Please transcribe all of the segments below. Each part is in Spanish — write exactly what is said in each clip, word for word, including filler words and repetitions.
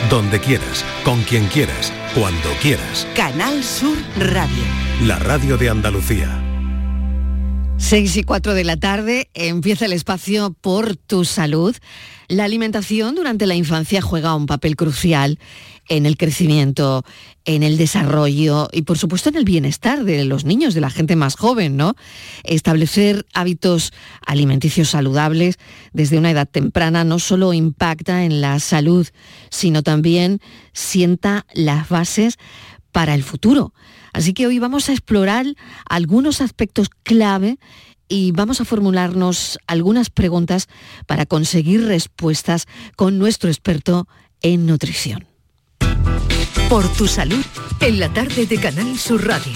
donde quieras, con quien quieras, cuando quieras. Canal Sur Radio. La radio de Andalucía. seis y cuatro de la tarde, empieza el espacio Por tu Salud. La alimentación durante la infancia juega un papel crucial en el crecimiento, en el desarrollo y por supuesto en el bienestar de los niños, de la gente más joven, ¿no? Establecer hábitos alimenticios saludables desde una edad temprana no solo impacta en la salud, sino también sienta las bases para el futuro. Así que hoy vamos a explorar algunos aspectos clave y vamos a formularnos algunas preguntas para conseguir respuestas con nuestro experto en nutrición. Por tu salud, en la tarde de Canal Sur Radio.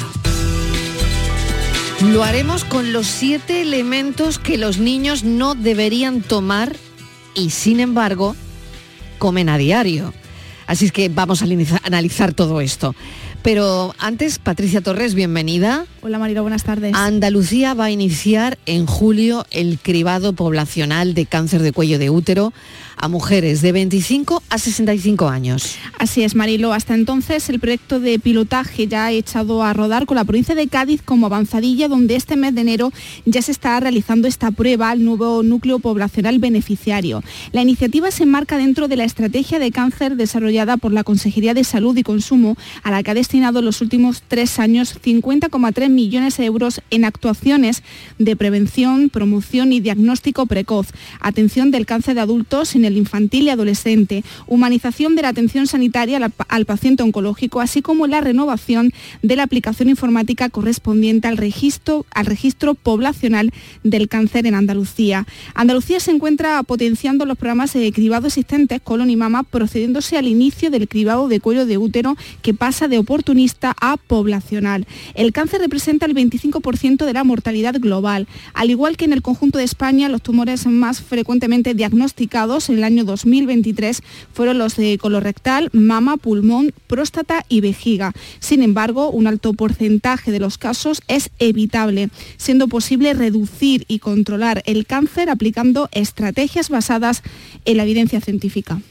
Lo haremos con los siete elementos que los niños no deberían tomar y, sin embargo, comen a diario. Así es que vamos a analizar todo esto. Pero antes, Patricia Torres, bienvenida. Hola Marilo, buenas tardes. Andalucía va a iniciar en julio el cribado poblacional de cáncer de cuello de útero a mujeres de veinticinco a sesenta y cinco años. Así es, Marilo. Hasta entonces el proyecto de pilotaje ya ha echado a rodar con la provincia de Cádiz como avanzadilla, donde este mes de enero ya se está realizando esta prueba al nuevo núcleo poblacional beneficiario. La iniciativa se enmarca dentro de la estrategia de cáncer desarrollada por la Consejería de Salud y Consumo, a la que ha destinado en los últimos tres años cincuenta coma tres millones de euros en actuaciones de prevención, promoción y diagnóstico precoz, atención del cáncer de adultos en el infantil y adolescente, humanización de la atención sanitaria al, al paciente oncológico, así como la renovación de la aplicación informática correspondiente al registro, al registro poblacional del cáncer en Andalucía. Andalucía se encuentra potenciando los programas de cribado existentes, colon y mama, procediéndose al inicio del cribado de cuello de útero, que pasa de oportunista a poblacional. El cáncer representa el veinticinco por ciento de la mortalidad global. Al igual que en el conjunto de España, los tumores más frecuentemente diagnosticados en el año dos mil veintitrés fueron los de colorectal, mama, pulmón, próstata y vejiga. Sin embargo, un alto porcentaje de los casos es evitable, siendo posible reducir y controlar el cáncer aplicando estrategias basadas en la evidencia científica.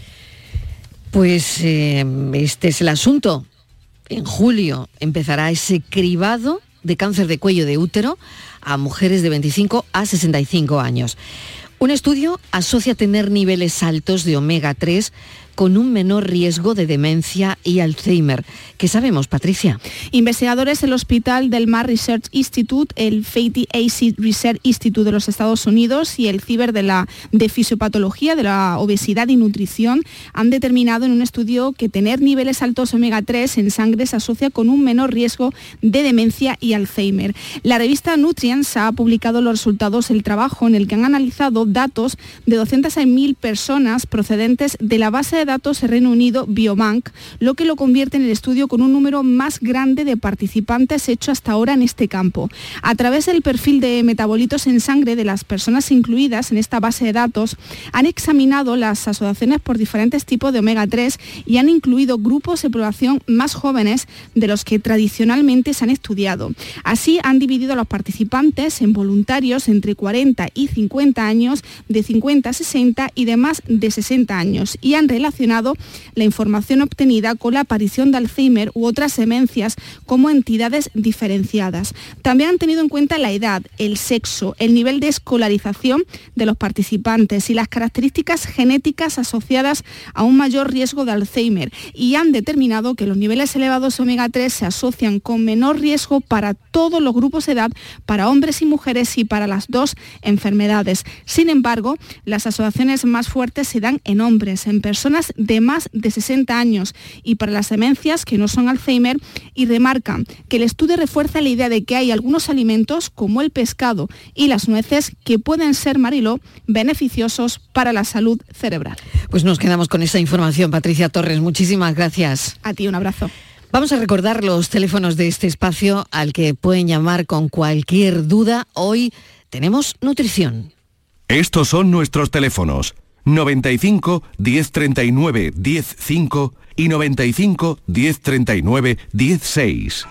Pues eh, este es el asunto. En julio empezará ese cribado de cáncer de cuello de útero a mujeres de veinticinco a sesenta y cinco años. Un estudio asocia tener niveles altos de omega tres con un menor riesgo de demencia y Alzheimer. ¿Qué sabemos, Patricia? Investigadores del Hospital del Mar Research Institute, el Fatty Acid Research Institute de los Estados Unidos y el CIBER de la de Fisiopatología de la Obesidad y Nutrición han determinado en un estudio que tener niveles altos de omega tres en sangre se asocia con un menor riesgo de demencia y Alzheimer. La revista Nutrients ha publicado los resultados del trabajo en el que han analizado datos de doscientas mil personas procedentes de la base de datos de Reino Unido Biobank, lo que lo convierte en el estudio con un número más grande de participantes hecho hasta ahora en este campo. A través del perfil de metabolitos en sangre de las personas incluidas en esta base de datos, han examinado las asociaciones por diferentes tipos de omega tres y han incluido grupos de población más jóvenes de los que tradicionalmente se han estudiado. Así han dividido a los participantes en voluntarios entre cuarenta y cincuenta años, de cincuenta a sesenta y de más de sesenta años, y han relacionado la información obtenida con la aparición de Alzheimer u otras demencias como entidades diferenciadas. También han tenido en cuenta la edad, el sexo, el nivel de escolarización de los participantes y las características genéticas asociadas a un mayor riesgo de Alzheimer, y han determinado que los niveles elevados de omega tres se asocian con menor riesgo para todos los grupos de edad, para hombres y mujeres y para las dos enfermedades. Sin embargo, las asociaciones más fuertes se dan en hombres, en personas de más de sesenta años y para las demencias que no son Alzheimer, y remarcan que el estudio refuerza la idea de que hay algunos alimentos como el pescado y las nueces que pueden ser, Mariló, beneficiosos para la salud cerebral. Pues nos quedamos con esa información, Patricia Torres. Muchísimas gracias. A ti un abrazo. Vamos a recordar los teléfonos de este espacio al que pueden llamar con cualquier duda. Hoy tenemos nutrición. Estos son nuestros teléfonos: noventa y cinco, diez treinta y nueve, diez cinco y noventa y cinco, diez treinta y nueve, diez seis.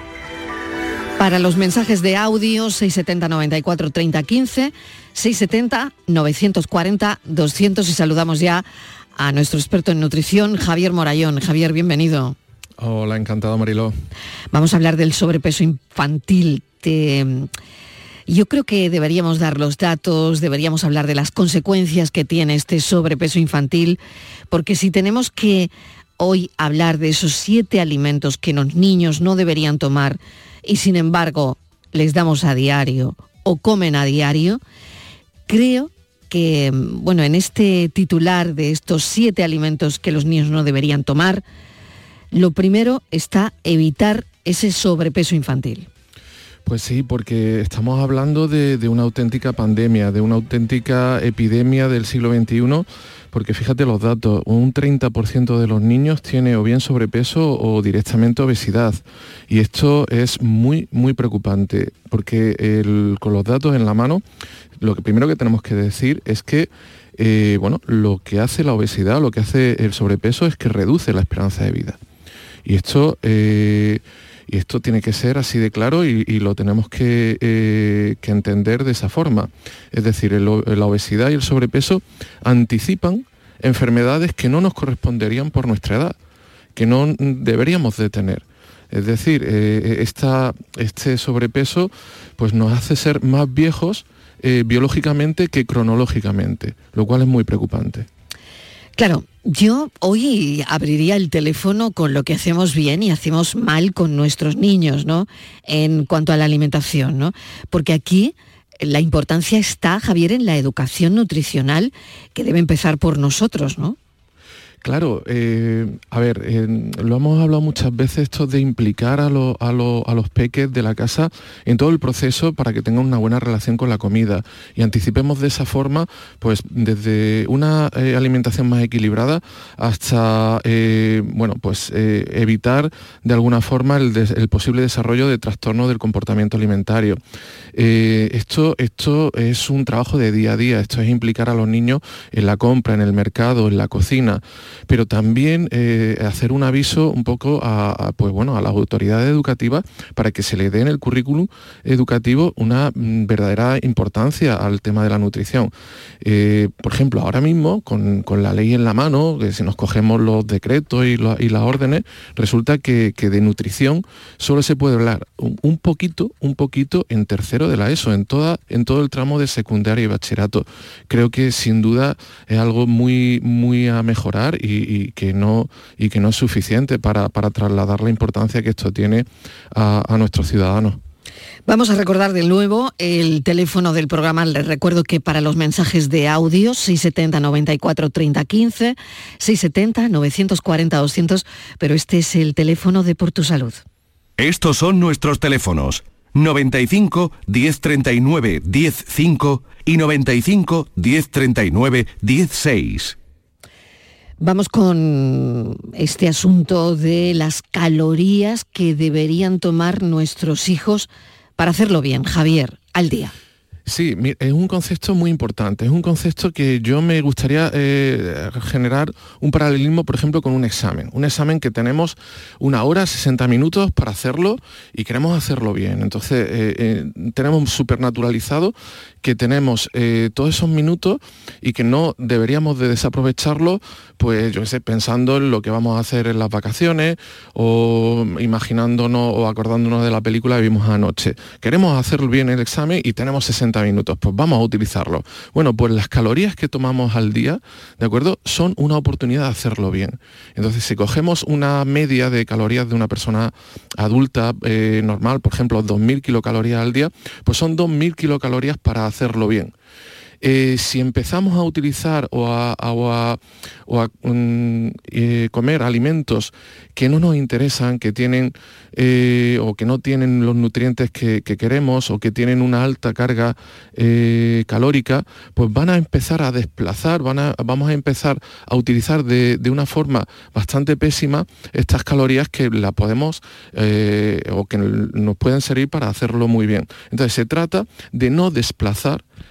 Para los mensajes de audio, seiscientos setenta, noventa y cuatro, treinta, quince, seiscientos setenta, novecientos cuarenta, doscientos, y saludamos ya a nuestro experto en nutrición, Javier Morayón. Javier, bienvenido. Hola, encantado, Mariló. Vamos a hablar del sobrepeso infantil. Te... Yo creo que deberíamos dar los datos, deberíamos hablar de las consecuencias que tiene este sobrepeso infantil, porque si tenemos que hoy hablar de esos siete alimentos que los niños no deberían tomar y sin embargo les damos a diario o comen a diario, creo que, bueno, en este titular de estos siete alimentos que los niños no deberían tomar, lo primero está evitar ese sobrepeso infantil. Pues sí, porque estamos hablando de, de una auténtica pandemia, de una auténtica epidemia del siglo veintiuno, porque fíjate los datos, un treinta por ciento de los niños tiene o bien sobrepeso o directamente obesidad. Y esto es muy, muy preocupante, porque el, con los datos en la mano, lo que primero que tenemos que decir es que eh, bueno, lo que hace la obesidad, lo que hace el sobrepeso es que reduce la esperanza de vida. Y esto... Eh, Y esto tiene que ser así de claro y, y lo tenemos que, eh, que entender de esa forma. Es decir, el, la obesidad y el sobrepeso anticipan enfermedades que no nos corresponderían por nuestra edad, que no deberíamos de tener. Es decir, eh, esta, este sobrepeso pues nos hace ser más viejos eh, biológicamente que cronológicamente, lo cual es muy preocupante. Claro, yo hoy abriría el teléfono con lo que hacemos bien y hacemos mal con nuestros niños, ¿no? En cuanto a la alimentación, ¿no? Porque aquí la importancia está, Javier, en la educación nutricional que debe empezar por nosotros, ¿no? Claro, eh, a ver, eh, lo hemos hablado muchas veces, esto de implicar a, lo, a, lo, a los peques de la casa en todo el proceso para que tengan una buena relación con la comida y anticipemos de esa forma, pues desde una eh, alimentación más equilibrada hasta, eh, bueno, pues eh, evitar de alguna forma el, des, el posible desarrollo de trastornos del comportamiento alimentario. Eh, esto, esto es un trabajo de día a día, esto es implicar a los niños en la compra, en el mercado, en la cocina, pero también eh, hacer un aviso un poco a, a, pues bueno, a las autoridades educativas para que se le dé en el currículum educativo una mm, verdadera importancia al tema de la nutrición. Eh, por ejemplo, ahora mismo, con, con la ley en la mano, que si nos cogemos los decretos y, lo, y las órdenes, resulta que, que de nutrición solo se puede hablar un, un poquito, un poquito en tercero de la ESO, en, toda, en todo el tramo de secundaria y bachillerato. Creo que sin duda es algo muy, muy a mejorar y, y, que, no, y que no es suficiente para, para trasladar la importancia que esto tiene a, a nuestros ciudadanos. Vamos a recordar de nuevo el teléfono del programa. Les recuerdo que para los mensajes de audio, seiscientos setenta, noventa y cuatro, treinta, quince, seiscientos setenta, novecientos cuarenta, doscientos, pero este es el teléfono de Por Tu Salud. Estos son nuestros teléfonos: noventa y cinco, diez treinta y nueve, diez cinco y noventa y cinco, diez treinta y nueve, diez seis. Vamos con este asunto de las calorías que deberían tomar nuestros hijos para hacerlo bien. Javier, al día. Sí, es un concepto muy importante, es un concepto que yo me gustaría eh, generar un paralelismo, por ejemplo, con un examen. Un examen que tenemos una hora, sesenta minutos para hacerlo y queremos hacerlo bien. Entonces, eh, eh, tenemos supernaturalizado que tenemos eh, todos esos minutos y que no deberíamos de desaprovecharlo, pues yo qué sé, pensando en lo que vamos a hacer en las vacaciones o imaginándonos o acordándonos de la película que vimos anoche. Queremos hacer bien el examen y tenemos sesenta minutos, pues vamos a utilizarlo. Bueno, pues las calorías que tomamos al día, ¿de acuerdo?, son una oportunidad de hacerlo bien. Entonces, si cogemos una media de calorías de una persona adulta eh, normal, por ejemplo, dos mil kilocalorías al día, pues son dos mil kilocalorías para hacerlo bien. Eh, si empezamos a utilizar o a, a, o a, o a um, eh, comer alimentos que no nos interesan, que tienen eh, o que no tienen los nutrientes que, que queremos o que tienen una alta carga eh, calórica, pues van a empezar a desplazar, van a, vamos a empezar a utilizar de, de una forma bastante pésima estas calorías que la podemos eh, o que nos pueden servir para hacerlo muy bien. Entonces se trata de no desplazar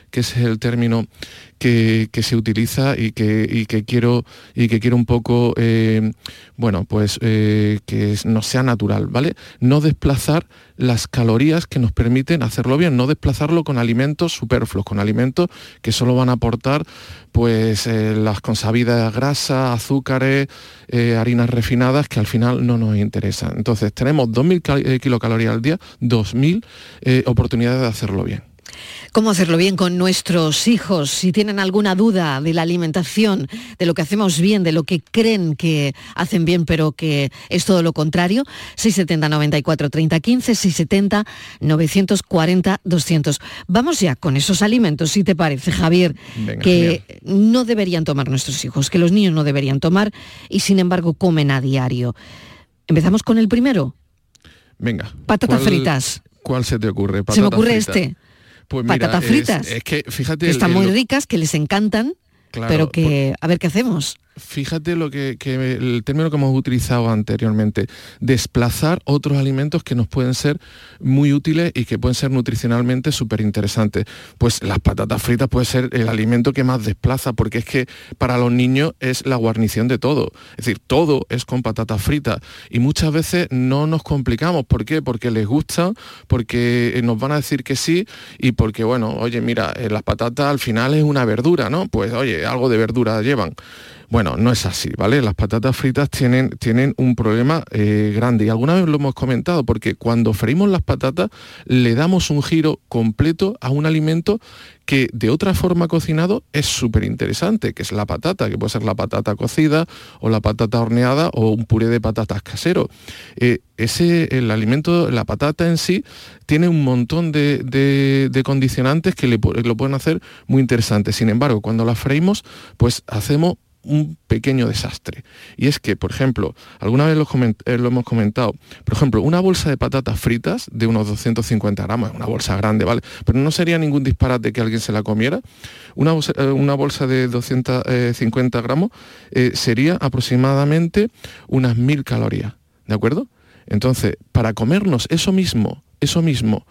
que ese es el término que, que se utiliza y que, y que quiero y que quiero un poco, eh, bueno, pues eh, que no sea natural, ¿vale? No desplazar las calorías que nos permiten hacerlo bien, no desplazarlo con alimentos superfluos, con alimentos que solo van a aportar pues eh, las consabidas grasas, azúcares, eh, harinas refinadas, que al final no nos interesan. Entonces tenemos dos mil kilocalorías al día, dos mil eh, oportunidades de hacerlo bien. ¿Cómo hacerlo bien con nuestros hijos? Si tienen alguna duda de la alimentación, de lo que hacemos bien, de lo que creen que hacen bien, pero que es todo lo contrario, seiscientos setenta, noventa y cuatro, treinta, quince, seiscientos setenta, novecientos cuarenta, doscientos. Vamos ya con esos alimentos, si te parece, Javier, Venga, que genial. no deberían tomar nuestros hijos, que los niños no deberían tomar y sin embargo comen a diario. ¿Empezamos con el primero? Venga. Patatas ¿cuál, fritas. ¿Cuál se te ocurre? Se me ocurre fritas. este. Pues mira, Patatas es, fritas. Es que fíjate... Que están el, muy el, ricas, que les encantan, claro, pero que a ver qué hacemos. Fíjate lo que, que el término que hemos utilizado anteriormente, desplazar otros alimentos que nos pueden ser muy útiles y que pueden ser nutricionalmente súper interesantes. Pues las patatas fritas puede ser el alimento que más desplaza, porque es que para los niños es la guarnición de todo. Es decir, todo es con patatas fritas y muchas veces no nos complicamos. ¿Por qué? Porque les gusta, porque nos van a decir que sí y porque, bueno, oye, mira, las patatas al final es una verdura, ¿no? Pues oye, algo de verdura llevan. Bueno, no es así, ¿vale? Las patatas fritas tienen, tienen un problema eh, grande y alguna vez lo hemos comentado, porque cuando freímos las patatas le damos un giro completo a un alimento que de otra forma cocinado es súper interesante, que es la patata, que puede ser la patata cocida o la patata horneada o un puré de patatas casero. Eh, ese, el alimento, la patata en sí, tiene un montón de, de, de condicionantes que le, lo pueden hacer muy interesante. Sin embargo, cuando la freímos, pues hacemos un pequeño desastre. Y es que, por ejemplo, alguna vez lo, coment eh, lo hemos comentado, por ejemplo, una bolsa de patatas fritas de unos doscientos cincuenta gramos, una bolsa grande, ¿vale? Pero no sería ningún disparate que alguien se la comiera. Una bolsa, eh, una bolsa de doscientos cincuenta gramos eh, sería aproximadamente unas mil calorías, ¿de acuerdo? Entonces, para comernos eso mismo, eso mismo,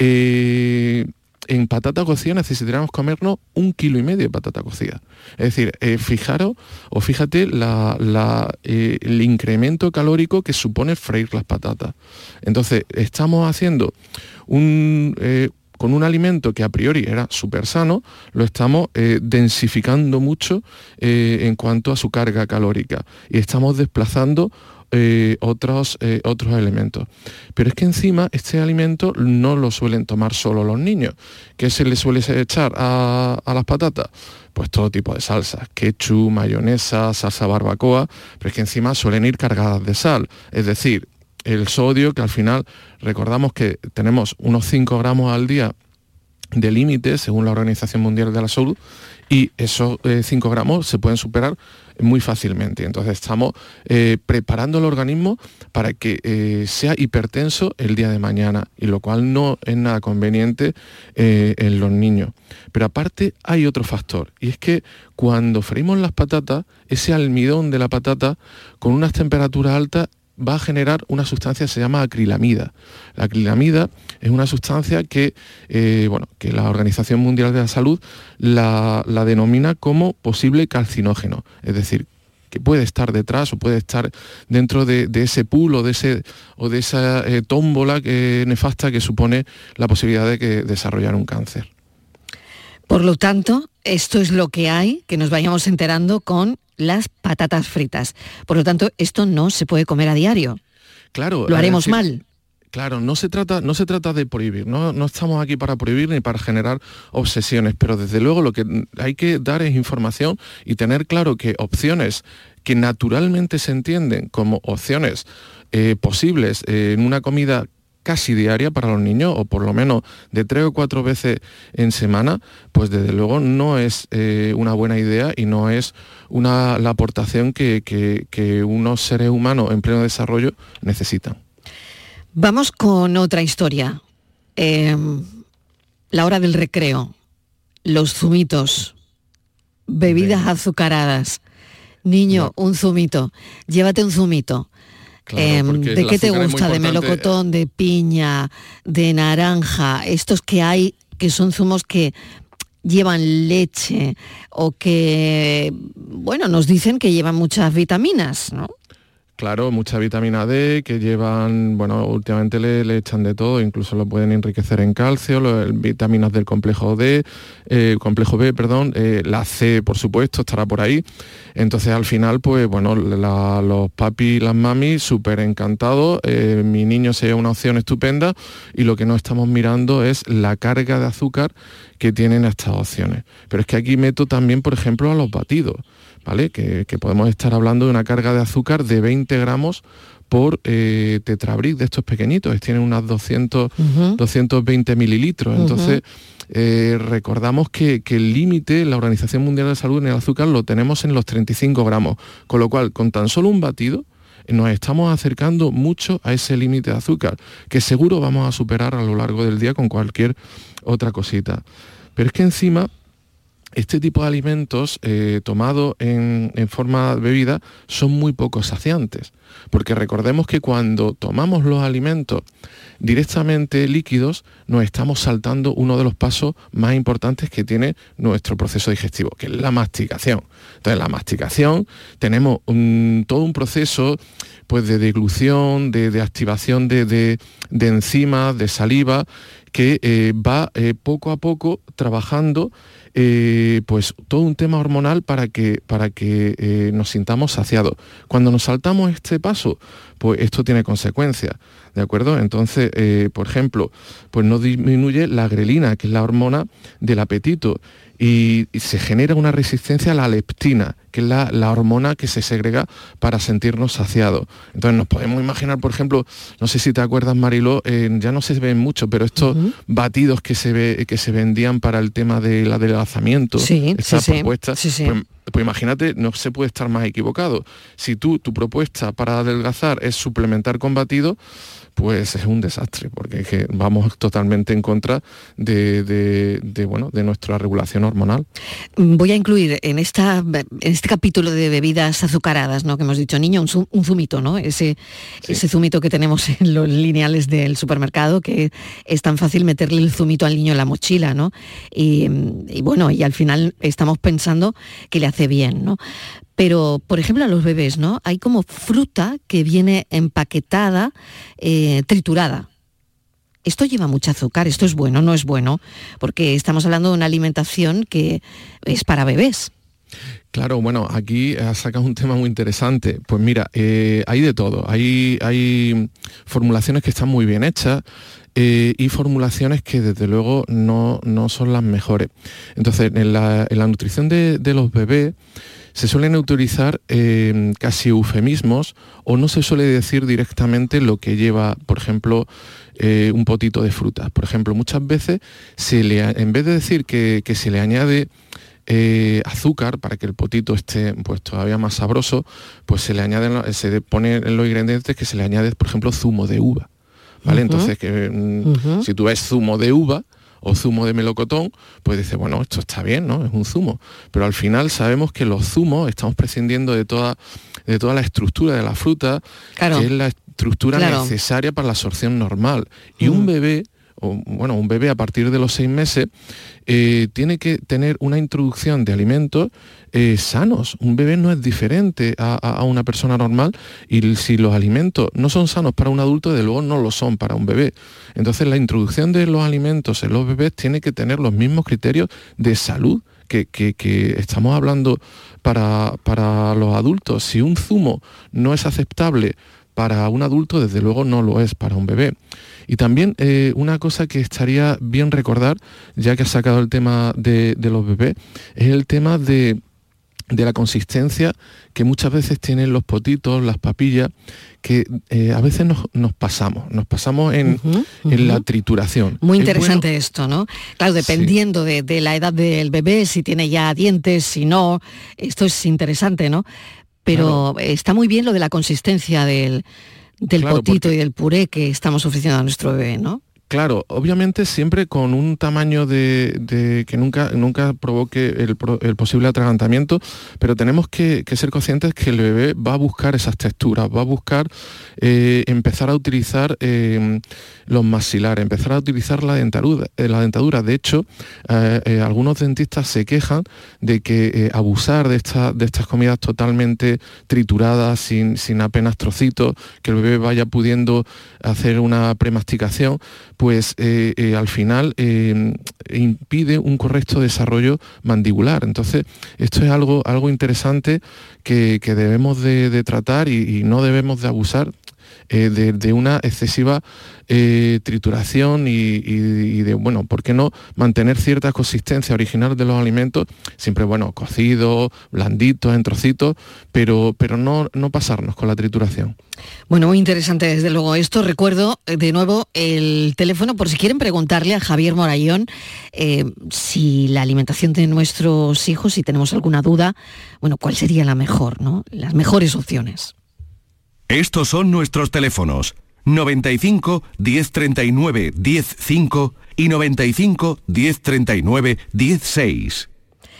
eh, en patata cocida necesitaríamos comernos un kilo y medio de patata cocida. Es decir, eh, fijaros o fíjate la, la, eh, el incremento calórico que supone freír las patatas. Entonces, estamos haciendo un... Eh, con un alimento que a priori era súper sano, lo estamos eh, densificando mucho eh, en cuanto a su carga calórica y estamos desplazando Eh, otros, eh, otros elementos. Pero es que encima este alimento no lo suelen tomar solo los niños. ¿Qué se les suele echar a, a las patatas? Pues todo tipo de salsas, ketchup, mayonesa, salsa barbacoa, pero es que encima suelen ir cargadas de sal. Es decir, el sodio, que al final recordamos que tenemos unos cinco gramos al día de límite, según la Organización Mundial de la Salud, y esos eh, cinco gramos se pueden superar muy fácilmente. Entonces estamos eh, preparando el organismo para que eh, sea hipertenso el día de mañana, y lo cual no es nada conveniente eh, en los niños. Pero aparte hay otro factor, y es que cuando freímos las patatas, ese almidón de la patata con unas temperaturas altas va a generar una sustancia que se llama acrilamida. La acrilamida es una sustancia que, eh, bueno, que la Organización Mundial de la Salud la, la denomina como posible carcinógeno, es decir, que puede estar detrás o puede estar dentro de, de ese pool o de, ese, o de esa eh, tómbola que, nefasta que supone la posibilidad de que desarrollar un cáncer. Por lo tanto, esto es lo que hay, que nos vayamos enterando con las patatas fritas. Por lo tanto, esto no se puede comer a diario. Claro. Lo haremos decir, mal. Claro, no se trata, no se trata de prohibir, no, no estamos aquí para prohibir ni para generar obsesiones, pero desde luego lo que hay que dar es información y tener claro que opciones que naturalmente se entienden como opciones eh, posibles eh, en una comida casi diaria para los niños, o por lo menos de tres o cuatro veces en semana, pues desde luego no es eh, una buena idea y no es una, la aportación que, que, que unos seres humanos en pleno desarrollo necesitan. Vamos con otra historia. Eh, la hora del recreo, los zumitos, bebidas Ven. azucaradas. Niño, no. un zumito, llévate un zumito. Claro, eh, ¿de qué te gusta? ¿De melocotón, de piña, de naranja? Estos que hay, que son zumos que llevan leche o que, bueno, nos dicen que llevan muchas vitaminas, ¿no? Claro, mucha vitamina D, que llevan, bueno, últimamente le, le echan de todo, incluso lo pueden enriquecer en calcio, lo, vitaminas del complejo D, eh, complejo B, perdón, eh, la C, por supuesto, estará por ahí. Entonces, al final, pues, bueno, la, los papis y las mamis súper encantados, eh, mi niño sería una opción estupenda, y lo que no estamos mirando es la carga de azúcar que tienen estas opciones. Pero es que aquí meto también, por ejemplo, a los batidos, ¿vale? Que, que podemos estar hablando de una carga de azúcar de veinte gramos por eh, tetrabric de estos pequeñitos, tienen unas doscientos, uh-huh. doscientos veinte mililitros. Uh-huh. Entonces, eh, recordamos que, que el límite, la Organización Mundial de la Salud, en el azúcar lo tenemos en los treinta y cinco gramos, con lo cual, con tan solo un batido, nos estamos acercando mucho a ese límite de azúcar, que seguro vamos a superar a lo largo del día con cualquier otra cosita. Pero es que encima, este tipo de alimentos eh, tomados en, en forma de bebida son muy poco saciantes, porque recordemos que cuando tomamos los alimentos directamente líquidos, nos estamos saltando uno de los pasos más importantes que tiene nuestro proceso digestivo, que es la masticación. Entonces, la masticación, tenemos un, todo un proceso pues, de deglución, de, de activación de, de, de enzimas, de saliva, que eh, va eh, poco a poco trabajando eh, pues todo un tema hormonal para que, para que eh, nos sintamos saciados. Cuando nos saltamos este paso, pues esto tiene consecuencias, ¿de acuerdo? Entonces, eh, por ejemplo, pues no disminuye la grelina, que es la hormona del apetito, y, y se genera una resistencia a la leptina, que es la, la hormona que se segrega para sentirnos saciados. Entonces nos podemos imaginar, por ejemplo, no sé si te acuerdas, Mariló, eh, ya no se ven mucho, pero estos uh-huh. batidos que se, ve, que se vendían para el tema del adelgazamiento, sí, estas sí, propuestas, sí, sí. Pues, pues imagínate, no se puede estar más equivocado. Si tú, tu propuesta para adelgazar es suplementar con batidos, pues es un desastre, porque es que vamos totalmente en contra de, de, de, bueno, de nuestra regulación hormonal. Voy a incluir en, esta, en este capítulo de bebidas azucaradas, ¿no? Que hemos dicho, niño, un, un zumito, ¿no? Ese, sí. ese zumito que tenemos en los lineales del supermercado, que es tan fácil meterle el zumito al niño en la mochila, ¿no? Y, y bueno, y al final estamos pensando que le hace bien, ¿no? Pero, por ejemplo, a los bebés, ¿no? Hay como fruta que viene empaquetada, eh, triturada. Esto lleva mucho azúcar, esto es bueno, no es bueno, porque estamos hablando de una alimentación que es para bebés. Claro, bueno, aquí has sacado un tema muy interesante. Pues mira, eh, hay de todo. Hay, hay formulaciones que están muy bien hechas, Eh, y formulaciones que desde luego no, no son las mejores. Entonces, en la, en la nutrición de, de los bebés se suelen utilizar eh, casi eufemismos, o no se suele decir directamente lo que lleva, por ejemplo, eh, un potito de frutas. Por ejemplo, muchas veces, se le, en vez de decir que, que se le añade Eh, azúcar para que el potito esté pues todavía más sabroso, pues se le añaden, se pone en los ingredientes que se le añade, por ejemplo, zumo de uva, ¿vale? Uh-huh. Entonces, que, uh-huh. si tú ves zumo de uva o zumo de melocotón, pues dices, bueno, esto está bien, ¿no? Es un zumo. Pero al final sabemos que los zumos estamos prescindiendo de toda, de toda la estructura de la fruta, claro. que es la estructura claro. necesaria para la absorción normal. Y uh-huh. un bebé, o, bueno, un bebé a partir de los seis meses, eh, tiene que tener una introducción de alimentos eh, sanos. Un bebé no es diferente a, a, a una persona normal, y si los alimentos no son sanos para un adulto, de luego no lo son para un bebé. Entonces, la introducción de los alimentos en los bebés tiene que tener los mismos criterios de salud que, que, que estamos hablando para, para los adultos. Si un zumo no es aceptable para un adulto, desde luego no lo es para un bebé. Y también eh, una cosa que estaría bien recordar, ya que has sacado el tema de, de los bebés, es el tema de, de la consistencia que muchas veces tienen los potitos, las papillas, que eh, a veces nos, nos pasamos, nos pasamos en, uh-huh, uh-huh. en la trituración. Muy interesante bueno, esto, ¿no? Claro, dependiendo sí. de, de la edad del bebé, si tiene ya dientes, si no, esto es interesante, ¿no? Pero claro. está muy bien lo de la consistencia del, del claro, potito porque... y del puré que estamos ofreciendo a nuestro bebé, ¿no? Claro, obviamente siempre con un tamaño de, de que nunca, nunca provoque el, el posible atragantamiento, pero tenemos que, que ser conscientes que el bebé va a buscar esas texturas, va a buscar eh, empezar a utilizar eh, los maxilares, empezar a utilizar la dentadura. Eh, la dentadura. De hecho, eh, eh, algunos dentistas se quejan de que eh, abusar de, esta, de estas comidas totalmente trituradas, sin, sin apenas trocitos, que el bebé vaya pudiendo hacer una premasticación, pues eh, eh, al final eh, impide un correcto desarrollo mandibular. Entonces, esto es algo, algo interesante que, que debemos de, de tratar y, y no debemos de abusar eh, de, de una excesiva eh, trituración y, y, y de, bueno, ¿por qué no mantener cierta consistencia original de los alimentos? Siempre, bueno, cocidos, blanditos, en trocitos, pero, pero no, no pasarnos con la trituración. Bueno, muy interesante desde luego esto. Recuerdo de nuevo el teléfono por si quieren preguntarle a Javier Morayón eh, si la alimentación de nuestros hijos, si tenemos alguna duda, bueno, cuál sería la mejor, ¿no? Las mejores opciones. Estos son nuestros teléfonos noventa y cinco, diez treinta y nueve, diez cinco y noventa y cinco, diez treinta y nueve, diez seis.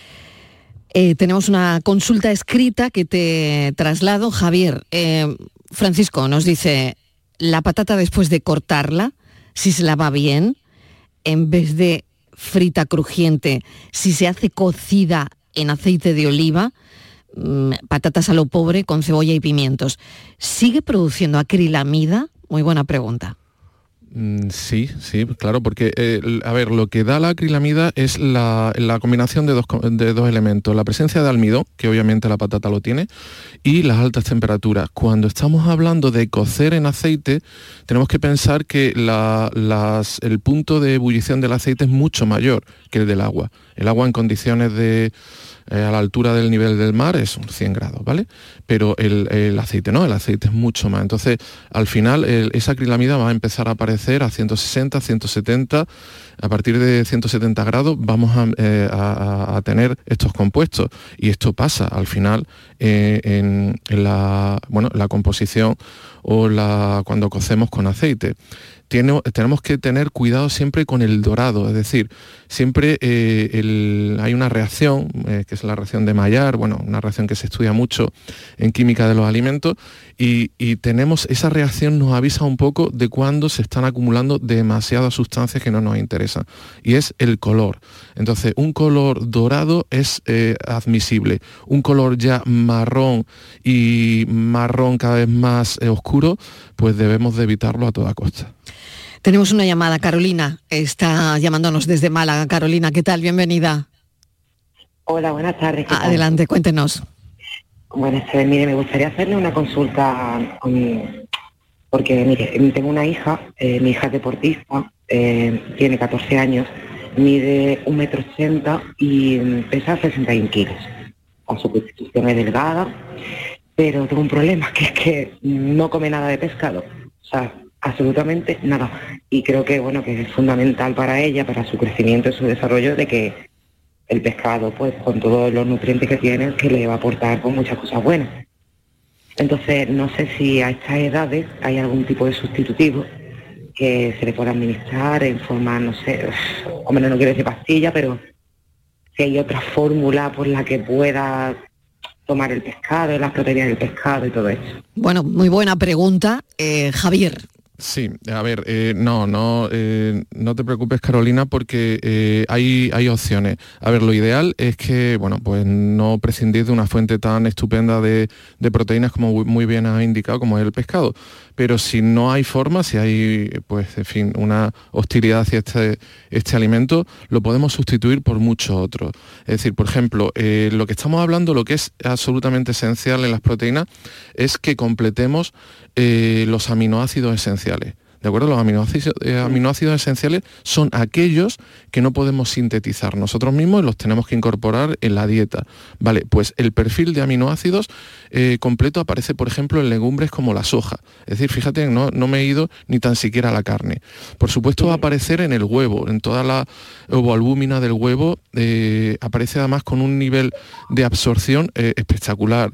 Eh, tenemos una consulta escrita que te traslado, Javier. Eh, Francisco nos dice, la patata después de cortarla, si se lava bien, en vez de frita crujiente, si se hace cocida en aceite de oliva, mmm, patatas a lo pobre con cebolla y pimientos, ¿sigue produciendo acrilamida? Muy buena pregunta. Sí, sí, claro, porque, eh, a ver, lo que da la acrilamida es la, la combinación de dos, de dos elementos, la presencia de almidón, que obviamente la patata lo tiene, y las altas temperaturas. Cuando estamos hablando de cocer en aceite, tenemos que pensar que la, las, el punto de ebullición del aceite es mucho mayor que el del agua. El agua en condiciones de... Eh, a la altura del nivel del mar es unos cien grados, ¿vale? Pero el, el aceite no, el aceite es mucho más. Entonces, al final, el, esa acrilamida va a empezar a aparecer a ciento sesenta, ciento setenta. A partir de ciento setenta grados vamos a, eh, a, a tener estos compuestos. Y esto pasa, al final, eh, en, en la, bueno, la composición o la, cuando cocemos con aceite. Tiene, tenemos que tener cuidado siempre con el dorado, es decir, siempre eh, el, hay una reacción, eh, que es la reacción de Maillard, bueno, una reacción que se estudia mucho en química de los alimentos, y, y tenemos, esa reacción nos avisa un poco de cuando se están acumulando demasiadas sustancias que no nos interesan, y es el color. Entonces, un color dorado es eh, admisible, un color ya marrón y marrón cada vez más eh, oscuro, pues debemos de evitarlo a toda costa. Tenemos una llamada, Carolina, está llamándonos desde Málaga. Carolina, ¿qué tal? Bienvenida. Hola, buenas tardes. Adelante, cuéntenos. Buenas tardes, mire, me gustaría hacerle una consulta, um, porque mire, tengo una hija, eh, mi hija es deportista, eh, tiene catorce años, mide un metro ochenta y pesa sesenta y un kilos. A su constitución es delgada, pero tengo un problema, que es que no come nada de pescado. O sea, absolutamente nada, y creo que bueno que es fundamental para ella, para su crecimiento y su desarrollo, de que el pescado, pues con todos los nutrientes que tiene, que le va a aportar con muchas cosas buenas. Entonces no sé si a estas edades hay algún tipo de sustitutivo que se le pueda administrar en forma, no sé, hombre, no quiero decir pastilla, pero si hay otra fórmula por la que pueda tomar el pescado, las proteínas del pescado y todo eso. Bueno, muy buena pregunta, eh, Javier. Sí, a ver, eh, no, no, eh, no te preocupes, Carolina, porque eh, hay, hay opciones. A ver, lo ideal es que, bueno, pues no prescindir de una fuente tan estupenda de, de proteínas como muy bien has indicado, como es el pescado. Pero si no hay forma, si hay, pues, en fin, una hostilidad hacia este, este alimento, lo podemos sustituir por muchos otros. Es decir, por ejemplo, eh, lo que estamos hablando, lo que es absolutamente esencial en las proteínas, es que completemos eh, los aminoácidos esenciales. ¿De acuerdo? Los aminoácidos, eh, aminoácidos esenciales son aquellos que no podemos sintetizar nosotros mismos y los tenemos que incorporar en la dieta. Vale, pues el perfil de aminoácidos eh, completo aparece, por ejemplo, en legumbres como la soja. Es decir, fíjate, no, no me he ido ni tan siquiera a la carne. Por supuesto va a aparecer en el huevo, en toda la ovoalbúmina del huevo, eh, aparece además con un nivel de absorción eh, espectacular.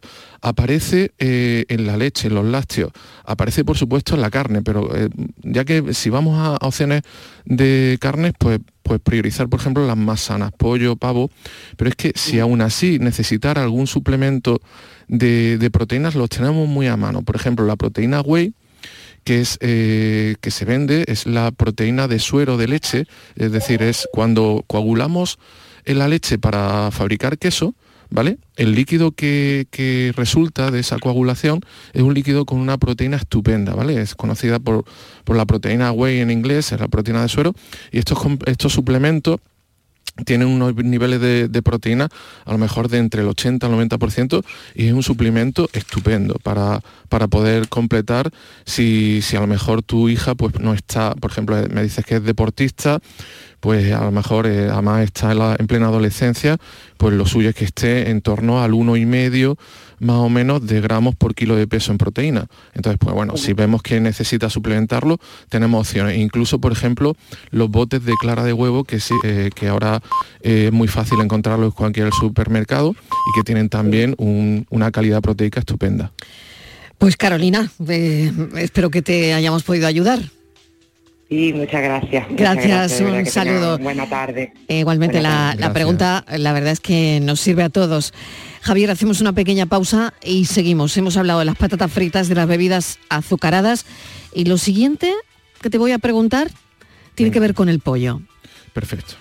aparece eh, en la leche, en los lácteos, aparece por supuesto en la carne, pero eh, ya que si vamos a, a opciones de carnes, pues, pues priorizar por ejemplo las más sanas, pollo, pavo, pero es que si aún así necesitar algún suplemento de, de proteínas, los tenemos muy a mano. Por ejemplo, la proteína whey, que es eh, que se vende, es la proteína de suero de leche, es decir, es cuando coagulamos en la leche para fabricar queso, ¿vale? El líquido que, que resulta de esa coagulación es un líquido con una proteína estupenda, ¿vale? Es conocida por, por la proteína whey en inglés, es la proteína de suero, y estos, estos suplementos tienen unos niveles de, de proteína a lo mejor de entre el ochenta al noventa por ciento y es un suplemento estupendo para, para poder completar si, si a lo mejor tu hija pues no está, por ejemplo, me dices que es deportista, pues a lo mejor eh, además está en, la, en plena adolescencia, pues lo suyo es que esté en torno al uno y medio más o menos de gramos por kilo de peso en proteína. Entonces, pues bueno, si vemos que necesita suplementarlo, tenemos opciones. Incluso, por ejemplo, los botes de clara de huevo, que, sí, eh, que ahora eh, es muy fácil encontrarlos en cualquier supermercado y que tienen también un, una calidad proteica estupenda. Pues Carolina, eh, espero que te hayamos podido ayudar. Sí, muchas gracias. Muchas gracias, gracias un saludo. Buena tarde. Eh, igualmente buena la, tarde. la pregunta, la verdad es que nos sirve a todos. Javier, hacemos una pequeña pausa y seguimos. Hemos hablado de las patatas fritas, de las bebidas azucaradas y lo siguiente que te voy a preguntar tiene Venga. que ver con el pollo. Perfecto.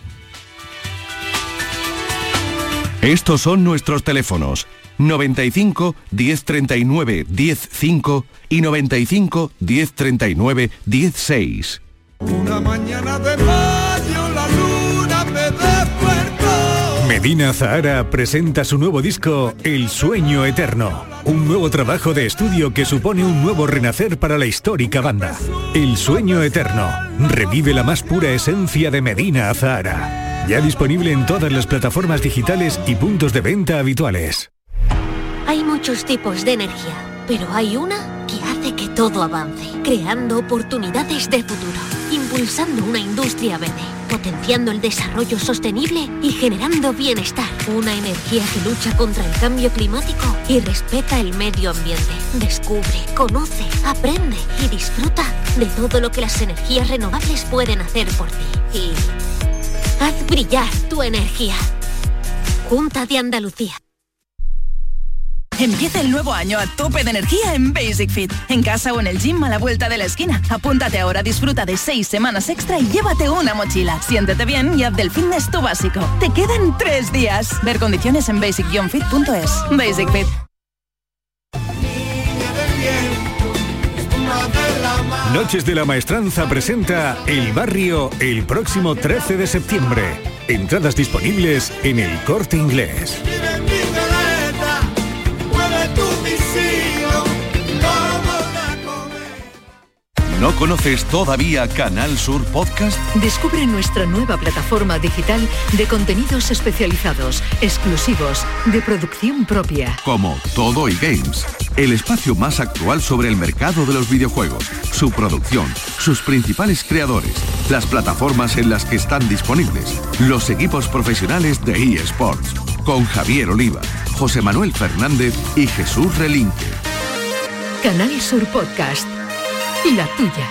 Estos son nuestros teléfonos noventa y cinco, diez treinta y nueve, diez cinco y noventa y cinco, diez treinta y nueve, diez seis. Una mañana de mayo la luna me despertó. Medina Zahara presenta su nuevo disco El Sueño Eterno, un nuevo trabajo de estudio que supone un nuevo renacer para la histórica banda. El Sueño Eterno revive la más pura esencia de Medina Zahara. Ya disponible en todas las plataformas digitales y puntos de venta habituales. Hay muchos tipos de energía, pero hay una que hace que todo avance, creando oportunidades de futuro, impulsando una industria verde, potenciando el desarrollo sostenible y generando bienestar. Una energía que lucha contra el cambio climático y respeta el medio ambiente. Descubre, conoce, aprende y disfruta de todo lo que las energías renovables pueden hacer por ti. Y haz brillar tu energía. Junta de Andalucía. Empieza el nuevo año a tope de energía en Basic Fit. En casa o en el gym a la vuelta de la esquina. Apúntate ahora, disfruta de seis semanas extra y llévate una mochila. Siéntete bien y haz del fitness tu básico. Te quedan tres días. Ver condiciones en basic fit punto es. Basic Fit. Noches de la Maestranza presenta El Barrio el próximo trece de septiembre. Entradas disponibles en El Corte Inglés. ¿No conoces todavía Canal Sur Podcast? Descubre nuestra nueva plataforma digital de contenidos especializados, exclusivos, de producción propia. Como Todo y Games, el espacio más actual sobre el mercado de los videojuegos, su producción, sus principales creadores, las plataformas en las que están disponibles, los equipos profesionales de eSports, con Javier Oliva, José Manuel Fernández y Jesús Relinque. Canal Sur Podcast. La tuya.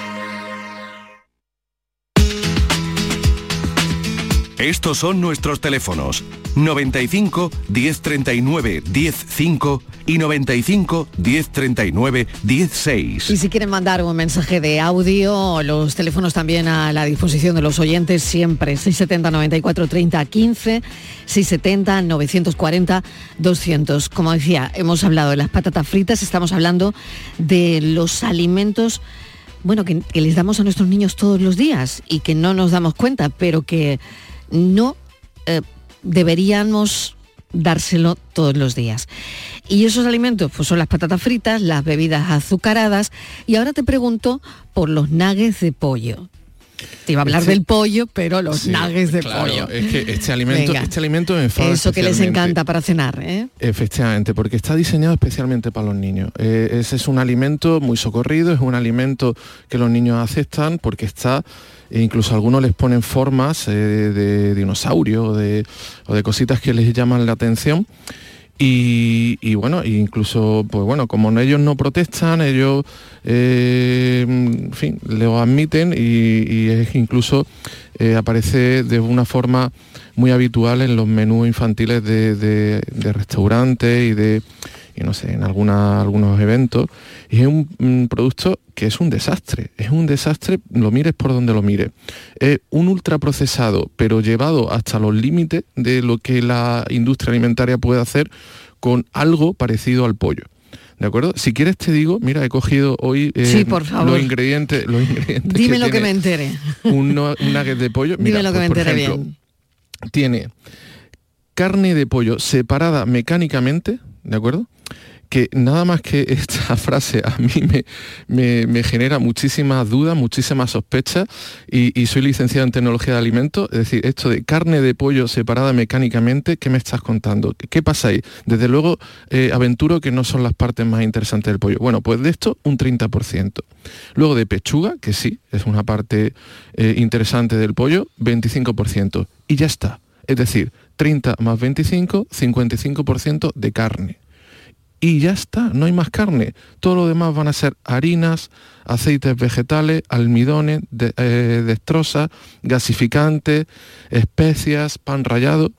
Estos son nuestros teléfonos noventa y cinco, diez treinta y nueve, diez cinco y noventa y cinco, diez treinta y nueve, diez seis. Y si quieren mandar un mensaje de audio, los teléfonos también a la disposición de los oyentes siempre. seiscientos setenta, noventa y cuatro, treinta, quince, seiscientos setenta, novecientos cuarenta, doscientos. Como decía, hemos hablado de las patatas fritas, estamos hablando de los alimentos, bueno, que, que les damos a nuestros niños todos los días y que no nos damos cuenta, pero que no eh, deberíamos dárselo todos los días. Y esos alimentos pues son las patatas fritas, las bebidas azucaradas, y ahora te pregunto por los nuggets de pollo. Te iba a hablar este, del pollo, pero los sí, nuggets de claro, pollo. Es que este alimento, este alimento me enfada. Eso que les encanta para cenar, ¿eh? Efectivamente, porque está diseñado especialmente para los niños. Eh, ese es un alimento muy socorrido, es un alimento que los niños aceptan porque está, e incluso algunos les ponen formas eh, de dinosaurio o de, o de cositas que les llaman la atención. Y, y bueno, incluso, pues bueno, como ellos no protestan, ellos, eh, en fin, lo admiten y, y es incluso eh, aparece de una forma muy habitual en los menús infantiles de, de, de restaurantes y de, y no sé, en alguna, algunos eventos. Y es un, un producto que es un desastre, es un desastre, lo mires por donde lo mires. Es un ultraprocesado, pero llevado hasta los límites de lo que la industria alimentaria puede hacer con algo parecido al pollo. ¿De acuerdo? Si quieres te digo, mira, he cogido hoy eh, sí, por favor. los ingredientes. Los ingredientes Dime que lo tiene que me entere. Un, un nugget de pollo. Mira, Dime lo que pues, me por entere ejemplo, bien. Tiene carne de pollo separada mecánicamente, ¿de acuerdo? Que nada más que esta frase a mí me, me, me genera muchísimas dudas, muchísimas sospechas y, y soy licenciado en tecnología de alimentos, es decir, esto de carne de pollo separada mecánicamente, ¿qué me estás contando? ¿Qué, qué pasa ahí? Desde luego, eh, aventuro que no son las partes más interesantes del pollo. Bueno, pues de esto un treinta por ciento. Luego de pechuga, que sí, es una parte eh, interesante del pollo, veinticinco por ciento. Y ya está. Es decir, treinta más veinticinco, cincuenta y cinco por ciento de carne. Y ya está, no hay más carne. Todo lo demás van a ser harinas, aceites vegetales, almidones, de, eh, destrozas, gasificantes, especias, pan rallado.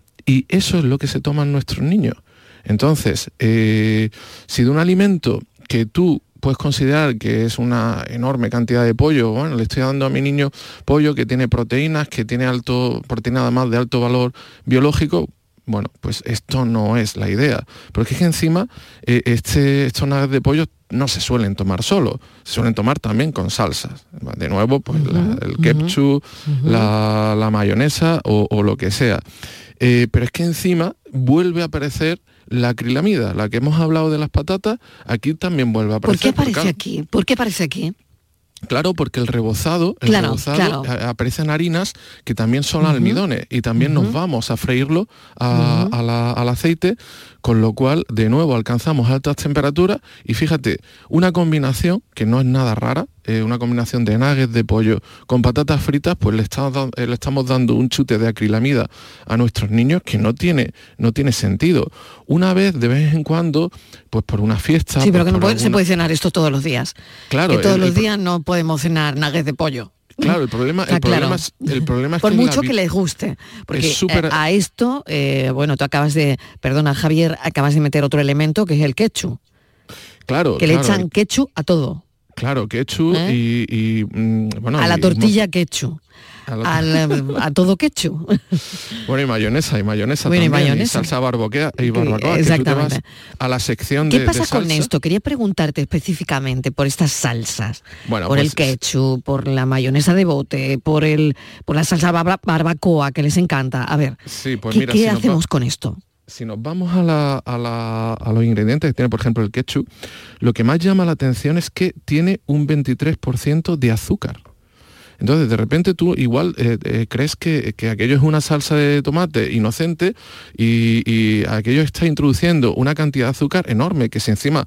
Y eso es lo que se toman nuestros niños. Entonces, eh, si de un alimento que tú puedes considerar que es una enorme cantidad de pollo, bueno, le estoy dando a mi niño pollo que tiene proteínas, que tiene alto, proteína además de alto valor biológico, bueno, pues esto no es la idea. Pero es que encima eh, este, estos nuggets de pollo no se suelen tomar solo, se suelen tomar también con salsas. De nuevo, pues uh-huh, la, el ketchup, uh-huh. la, la mayonesa o, o lo que sea. Eh, pero es que encima vuelve a aparecer la acrilamida, la que hemos hablado de las patatas, aquí también vuelve a aparecer. ¿Por qué aparece porque, aquí? ¿Por qué aparece aquí? Claro, porque el rebozado, el claro, rebozado claro. aparecen harinas que también son uh-huh. almidones y también uh-huh. nos vamos a freírlo a, uh-huh. a la, al aceite, con lo cual de nuevo alcanzamos altas temperaturas y fíjate, una combinación que no es nada rara, eh, una combinación de nuggets de pollo con patatas fritas, pues le estamos, eh, le estamos dando un chute de acrilamida a nuestros niños que no tiene, no tiene sentido. Una vez, de vez en cuando, pues por una fiesta... Sí, pero pues que no puede, alguna... se puede cenar esto todos los días. Claro. Que todos el, los el... días no podemos cenar nuggets de pollo. Claro, el problema, el claro. problema es, el problema es por que mucho la... que les guste, porque super... eh, a esto, eh, bueno, tú acabas de, perdona Javier, acabas de meter otro elemento que es el ketchup. Claro, que claro. le echan ketchup a todo. Claro, ketchup ¿Eh? y, y mm, bueno. A la y, tortilla y, ketchup. A, la... Al, a todo ketchup. Bueno, y mayonesa, y mayonesa bueno, también, y, mayonesa. y salsa barbacoa y barbacoa. Exactamente. Que tú te vas a la sección ¿Qué de, pasa de salsa? con esto? Quería preguntarte específicamente por estas salsas, bueno, por pues, el ketchup, por la mayonesa de bote, por el, por la salsa barba, barbacoa que les encanta. A ver, sí, pues ¿qué, mira, ¿qué si hacemos va... con esto? Si nos vamos a, la, a, la, a los ingredientes que tiene, por ejemplo, el ketchup, lo que más llama la atención es que tiene un veintitrés por ciento de azúcar. Entonces, de repente tú igual eh, eh, crees que, que aquello es una salsa de tomate inocente y, y aquello está introduciendo una cantidad de azúcar enorme, que si encima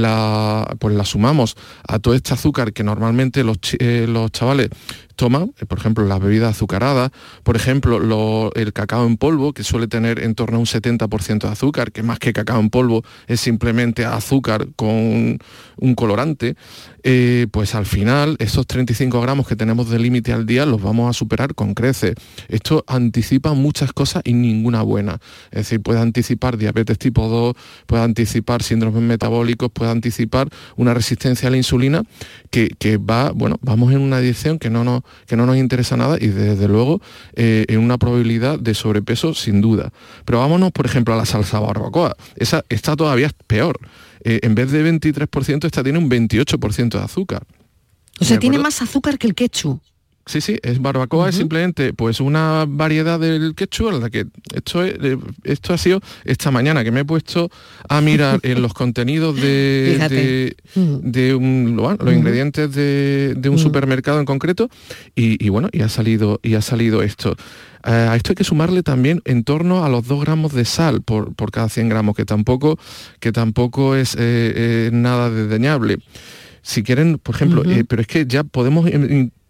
la, pues la sumamos a todo este azúcar que normalmente los, eh, los chavales toman, por ejemplo, las bebidas azucaradas, por ejemplo, lo, el cacao en polvo, que suele tener en torno a un setenta por ciento de azúcar, que más que cacao en polvo es simplemente azúcar con un, un colorante, eh, pues al final esos treinta y cinco gramos que tenemos de límite al día los vamos a superar con creces. Esto anticipa muchas cosas y ninguna buena. Es decir, puede anticipar diabetes tipo dos, puede anticipar síndromes metabólicos, puede anticipar una resistencia a la insulina que, que va, bueno, vamos en una dirección que no nos que no nos interesa nada y desde luego eh, en una probabilidad de sobrepeso sin duda. Pero vámonos, por ejemplo, a la salsa barbacoa. Esa está todavía peor. Eh, en vez de veintitrés por ciento, esta tiene un veintiocho por ciento de azúcar. O sea, tiene más azúcar que el ketchup. Sí, sí, es barbacoa, uh-huh. es simplemente pues una variedad del ketchup en la que esto, es, esto ha sido esta mañana que me he puesto a mirar en los contenidos de, de, uh-huh. de un, bueno, los uh-huh. ingredientes de, de un uh-huh. supermercado en concreto y, y bueno, y ha salido, y ha salido esto. Uh, a esto hay que sumarle también en torno a los dos gramos de sal por, por cada cien gramos, que tampoco, que tampoco es eh, eh, nada desdeñable. Si quieren, por ejemplo, uh-huh. eh, pero es que ya podemos... In,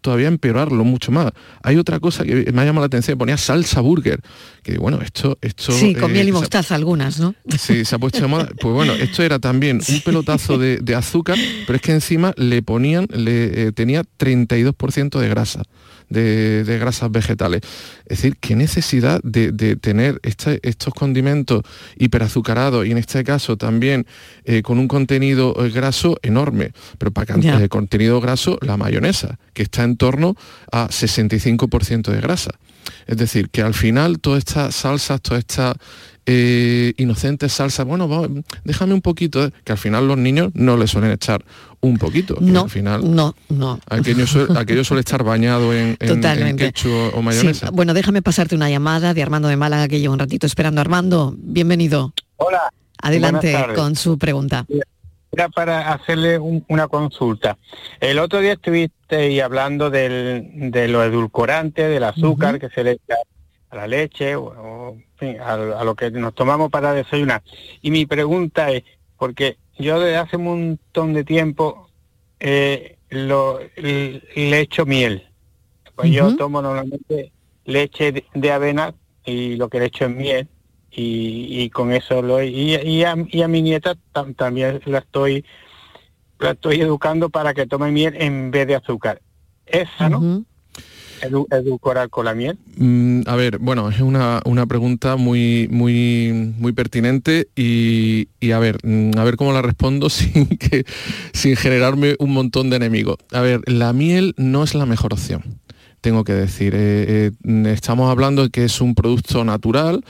todavía empeorarlo mucho más. Hay otra cosa que me ha llamado la atención, ponía salsa burger, que bueno, esto... esto sí, con eh, miel y mostaza algunas, ¿no? Sí, se ha puesto de moda. Pues bueno, esto era también un pelotazo de, de azúcar, pero es que encima le ponían, le eh, tenía treinta y dos por ciento de grasa. De, de grasas vegetales. Es decir, qué necesidad de, de tener este, estos condimentos hiperazucarados y en este caso también eh, con un contenido eh, graso enorme. Pero para yeah. el contenido graso, la mayonesa, que está en torno a sesenta y cinco por ciento de grasa. Es decir, que al final todas estas salsas, todas estas eh, inocentes salsas, bueno, va, déjame un poquito, eh, que al final los niños no le suelen echar un poquito. No, al final, no, no. Aquello suele, aquello suele estar bañado en, en, en ketchup o mayonesa. Sí. Bueno, déjame pasarte una llamada de Armando de Málaga, que llevo un ratito esperando. Armando, bienvenido. Hola. Adelante con su pregunta. Era para hacerle un, una consulta. El otro día estuviste hablando del, de los edulcorantes, del azúcar uh-huh. que se le echa a la leche o, o en fin, a, a lo que nos tomamos para desayunar. Y mi pregunta es, porque yo desde hace un montón de tiempo eh, lo, le, le echo miel. Pues uh-huh. yo tomo normalmente leche de, de avena y lo que le echo es miel. Y, y con eso lo y, y, a, y a mi nieta tam, también la estoy la estoy educando para que tome miel en vez de azúcar. ¿Es sano uh-huh. edu, edulcorar con la miel? Mm, a ver, bueno, es una, una pregunta muy muy muy pertinente y, y a ver, a ver cómo la respondo sin que sin generarme un montón de enemigos. A ver, la miel no es la mejor opción. Tengo que decir, eh, eh, estamos hablando de que es un producto natural,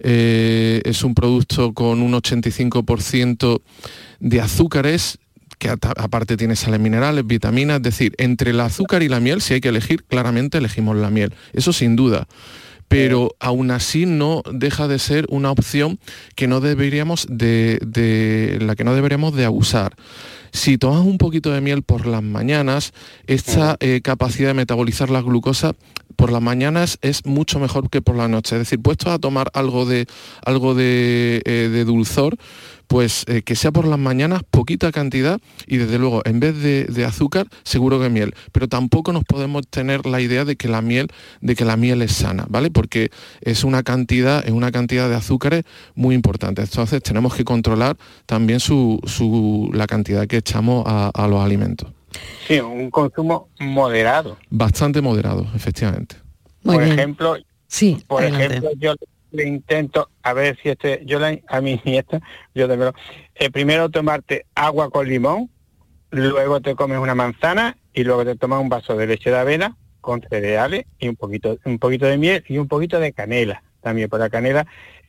eh, es un producto con un ochenta y cinco por ciento de azúcares, que a, aparte tiene sales minerales, vitaminas, es decir, entre el azúcar y la miel, si hay que elegir, claramente elegimos la miel, eso sin duda. Pero aún así no deja de ser una opción que no deberíamos de, de la que no deberíamos de abusar. Si tomas un poquito de miel por las mañanas, esta eh, capacidad de metabolizar la glucosa por las mañanas es mucho mejor que por la noche. Es decir, puestos a tomar algo de, algo de, eh, de dulzor, pues eh, que sea por las mañanas, poquita cantidad y desde luego en vez de, de azúcar, seguro que miel. Pero tampoco nos podemos tener la idea de que la miel, de que la miel es sana, ¿vale? Porque es una cantidad, es una cantidad de azúcares muy importante. Entonces tenemos que controlar también su, su, la cantidad que echamos a, a los alimentos. Sí, un consumo moderado. Bastante moderado, efectivamente. Muy por bien. ejemplo, sí, por adelante. ejemplo, yo le intento, a ver si este, yo la, a mi nieta, yo también, eh, primero tomarte agua con limón, luego te comes una manzana y luego te tomas un vaso de leche de avena con cereales y un poquito, un poquito de miel y un poquito de canela. También por la canela,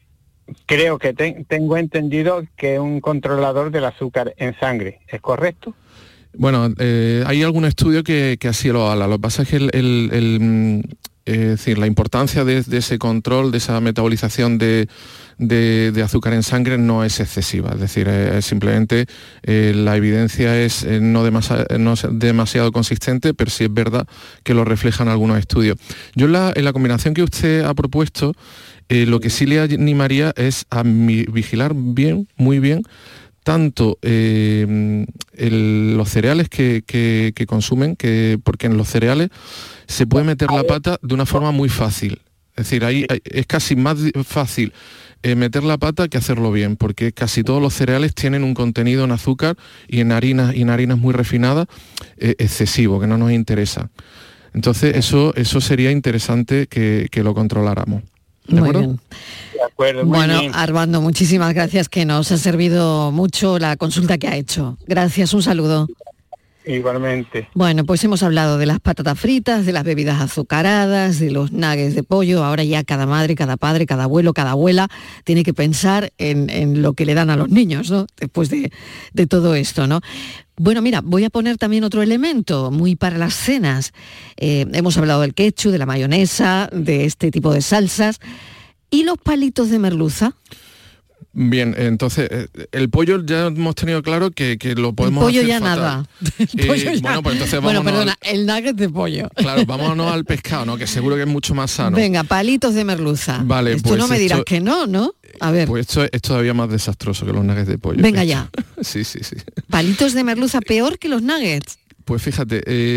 creo que te, tengo entendido que es un controlador del azúcar en sangre, ¿es correcto? Bueno, eh, hay algún estudio que, que así lo habla. Lo que pasa es que el, el, el, es decir, la importancia de, de ese control, de esa metabolización de, de, de azúcar en sangre no es excesiva. Es decir, eh, simplemente eh, la evidencia es eh, no, demasi- no demasiado consistente, pero sí es verdad que lo reflejan algunos estudios. Yo en la, en la combinación que usted ha propuesto, eh, lo que sí le animaría es a mi, vigilar bien, muy bien, tanto eh, el, los cereales que, que, que consumen, que, porque en los cereales se puede meter la pata de una forma muy fácil. Es decir, ahí hay, es casi más fácil eh, meter la pata que hacerlo bien, porque casi todos los cereales tienen un contenido en azúcar y en harinas, y en harinas muy refinadas eh, excesivo, que no nos interesa. Entonces eso, eso sería interesante que, que lo controláramos. ¿De muy acuerdo? Bien. De acuerdo, muy bueno, bien. Armando, muchísimas gracias, que nos ha servido mucho la consulta que ha hecho. Gracias, un saludo. Igualmente. Bueno, pues hemos hablado de las patatas fritas, de las bebidas azucaradas, de los nuggets de pollo. Ahora ya cada madre, cada padre, cada abuelo, cada abuela tiene que pensar en, en lo que le dan a los niños, ¿no? Después de, de todo esto, ¿no? Bueno, mira, voy a poner también otro elemento muy para las cenas. Eh, hemos hablado del ketchup, de la mayonesa, de este tipo de salsas. ¿Y los palitos de merluza? Bien, entonces, el pollo ya hemos tenido claro que, que lo podemos el pollo hacer ya fatal. nada. El Eh, pollo ya... Bueno, pues entonces bueno, vámonos perdona, al... el nugget de pollo. Claro, vámonos al pescado, ¿no? Que seguro que es mucho más sano. Venga, palitos de merluza. Vale, esto pues no me esto- dirás que no, ¿no? A ver, Pues esto es todavía más desastroso que los nuggets de pollo. venga ya. Sí, sí, sí. Palitos de merluza peor que los nuggets. Pues fíjate, eh,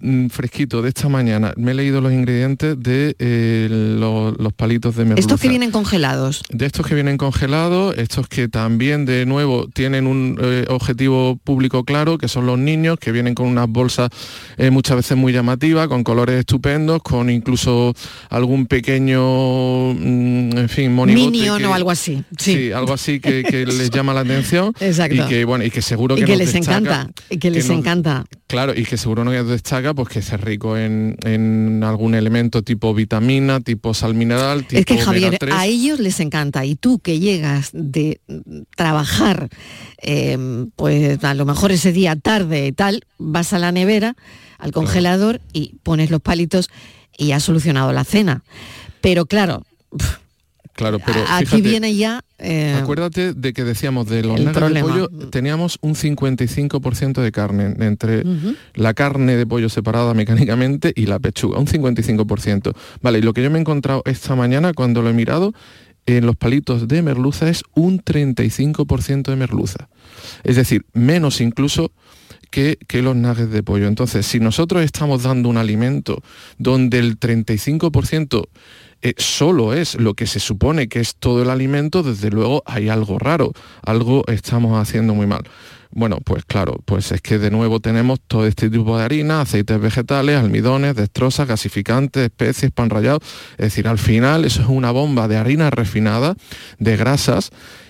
mm, fresquito de esta mañana. Me he leído los ingredientes de eh, los, los palitos de merluza. Estos que vienen congelados. De estos que vienen congelados, estos que también de nuevo tienen un eh, objetivo público claro, que son los niños, que vienen con unas bolsas eh, muchas veces muy llamativas, con colores estupendos, con incluso algún pequeño, mm, en fin, monigote. Minion que, o algo así. Sí, sí algo así que, que les llama la atención. Exacto. Y que, bueno, y que seguro que, y que nos les destaca, encanta. Y que, que les nos, encanta. Claro, y que seguro nos destaca pues que es rico en, en algún elemento tipo vitamina, tipo sal mineral, tipo es que Javier, omega tres. A ellos les encanta, y tú que llegas de trabajar, eh, pues a lo mejor ese día tarde y tal, vas a la nevera, al congelador, claro, y pones los palitos y has solucionado la cena. Pero claro, claro, pero aquí fíjate, viene ya... Eh, acuérdate de que decíamos de los nuggets de pollo, teníamos un cincuenta y cinco por ciento de carne, entre uh-huh. la carne de pollo separada mecánicamente y la pechuga, un cincuenta y cinco por ciento. Vale, y lo que yo me he encontrado esta mañana cuando lo he mirado, en los palitos de merluza es un treinta y cinco por ciento de merluza. Es decir, menos incluso que, que los nuggets de pollo. Entonces, si nosotros estamos dando un alimento donde el treinta y cinco por ciento Eh, solo es lo que se supone que es todo el alimento, desde luego hay algo raro, algo estamos haciendo muy mal. Bueno, pues claro, pues es que de nuevo tenemos todo este tipo de harina, aceites vegetales, almidones, dextrosa, gasificantes, especies, pan rallado. Es decir, al final eso es una bomba de harina refinada, de grasas.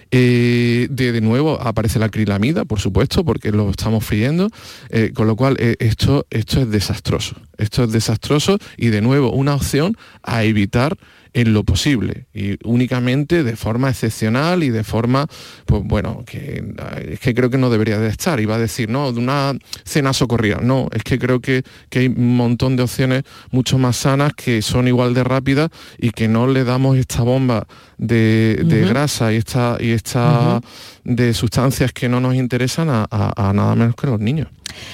Eh, de, de nuevo aparece la acrilamida, por supuesto, porque lo estamos friendo, eh, con lo cual eh, esto, esto es desastroso. Esto es desastroso y de nuevo una opción a evitar en lo posible y únicamente de forma excepcional y de forma, pues bueno, que es que creo que no debería de estar. Iba a decir, no, de una cena socorrida. No, es que creo que, que hay un montón de opciones mucho más sanas que son igual de rápidas y que no le damos esta bomba de, de uh-huh. grasa y esta, y esta uh-huh. de sustancias que no nos interesan a, a, a nada menos que los niños.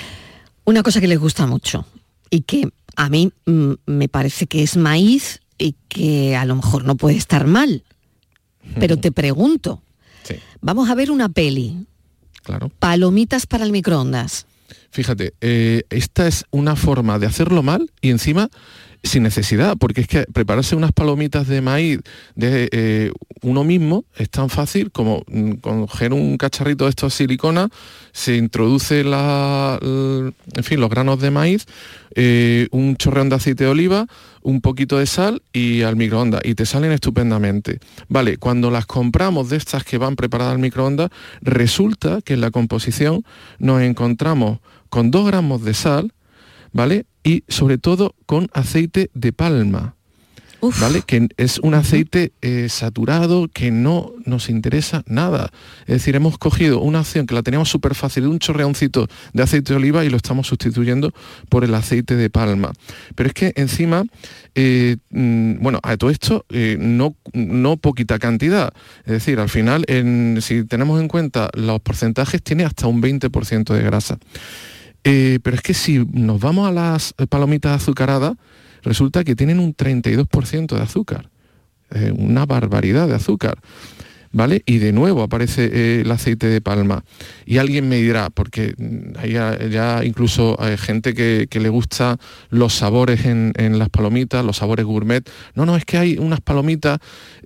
Una cosa que les gusta mucho y que a mí mm, me parece que es maíz y que a lo mejor no puede estar mal, pero te pregunto, sí. Vamos a ver una peli, claro. Palomitas para el microondas. Fíjate, eh, esta es una forma de hacerlo mal y encima sin necesidad, porque es que prepararse unas palomitas de maíz de eh, uno mismo es tan fácil como mm, coger un cacharrito de estos silicona, se introduce la, la, en fin, los granos de maíz, eh, un chorreón de aceite de oliva, un poquito de sal y al microondas, y te salen estupendamente. Vale, cuando las compramos de estas que van preparadas al microondas, resulta que en la composición nos encontramos con dos gramos de sal, ¿vale? Y sobre todo con aceite de palma, Uf. ¿vale? Que es un aceite eh, saturado que no nos interesa nada. Es decir, hemos cogido una opción que la teníamos súper fácil, de un chorreoncito de aceite de oliva y lo estamos sustituyendo por el aceite de palma. Pero es que encima, eh, bueno, a todo esto, eh, no, no poquita cantidad. Es decir, al final, en, si tenemos en cuenta los porcentajes, tiene hasta un veinte por ciento de grasa. Eh, pero es que si nos vamos a las palomitas azucaradas, resulta que tienen un treinta y dos por ciento de azúcar. Eh, una barbaridad de azúcar. ¿Vale? Y de nuevo aparece eh, el aceite de palma. Y alguien me dirá, porque hay ya, ya incluso hay gente que, que le gusta los sabores en, en las palomitas, los sabores gourmet. No, no, es que hay unas palomitas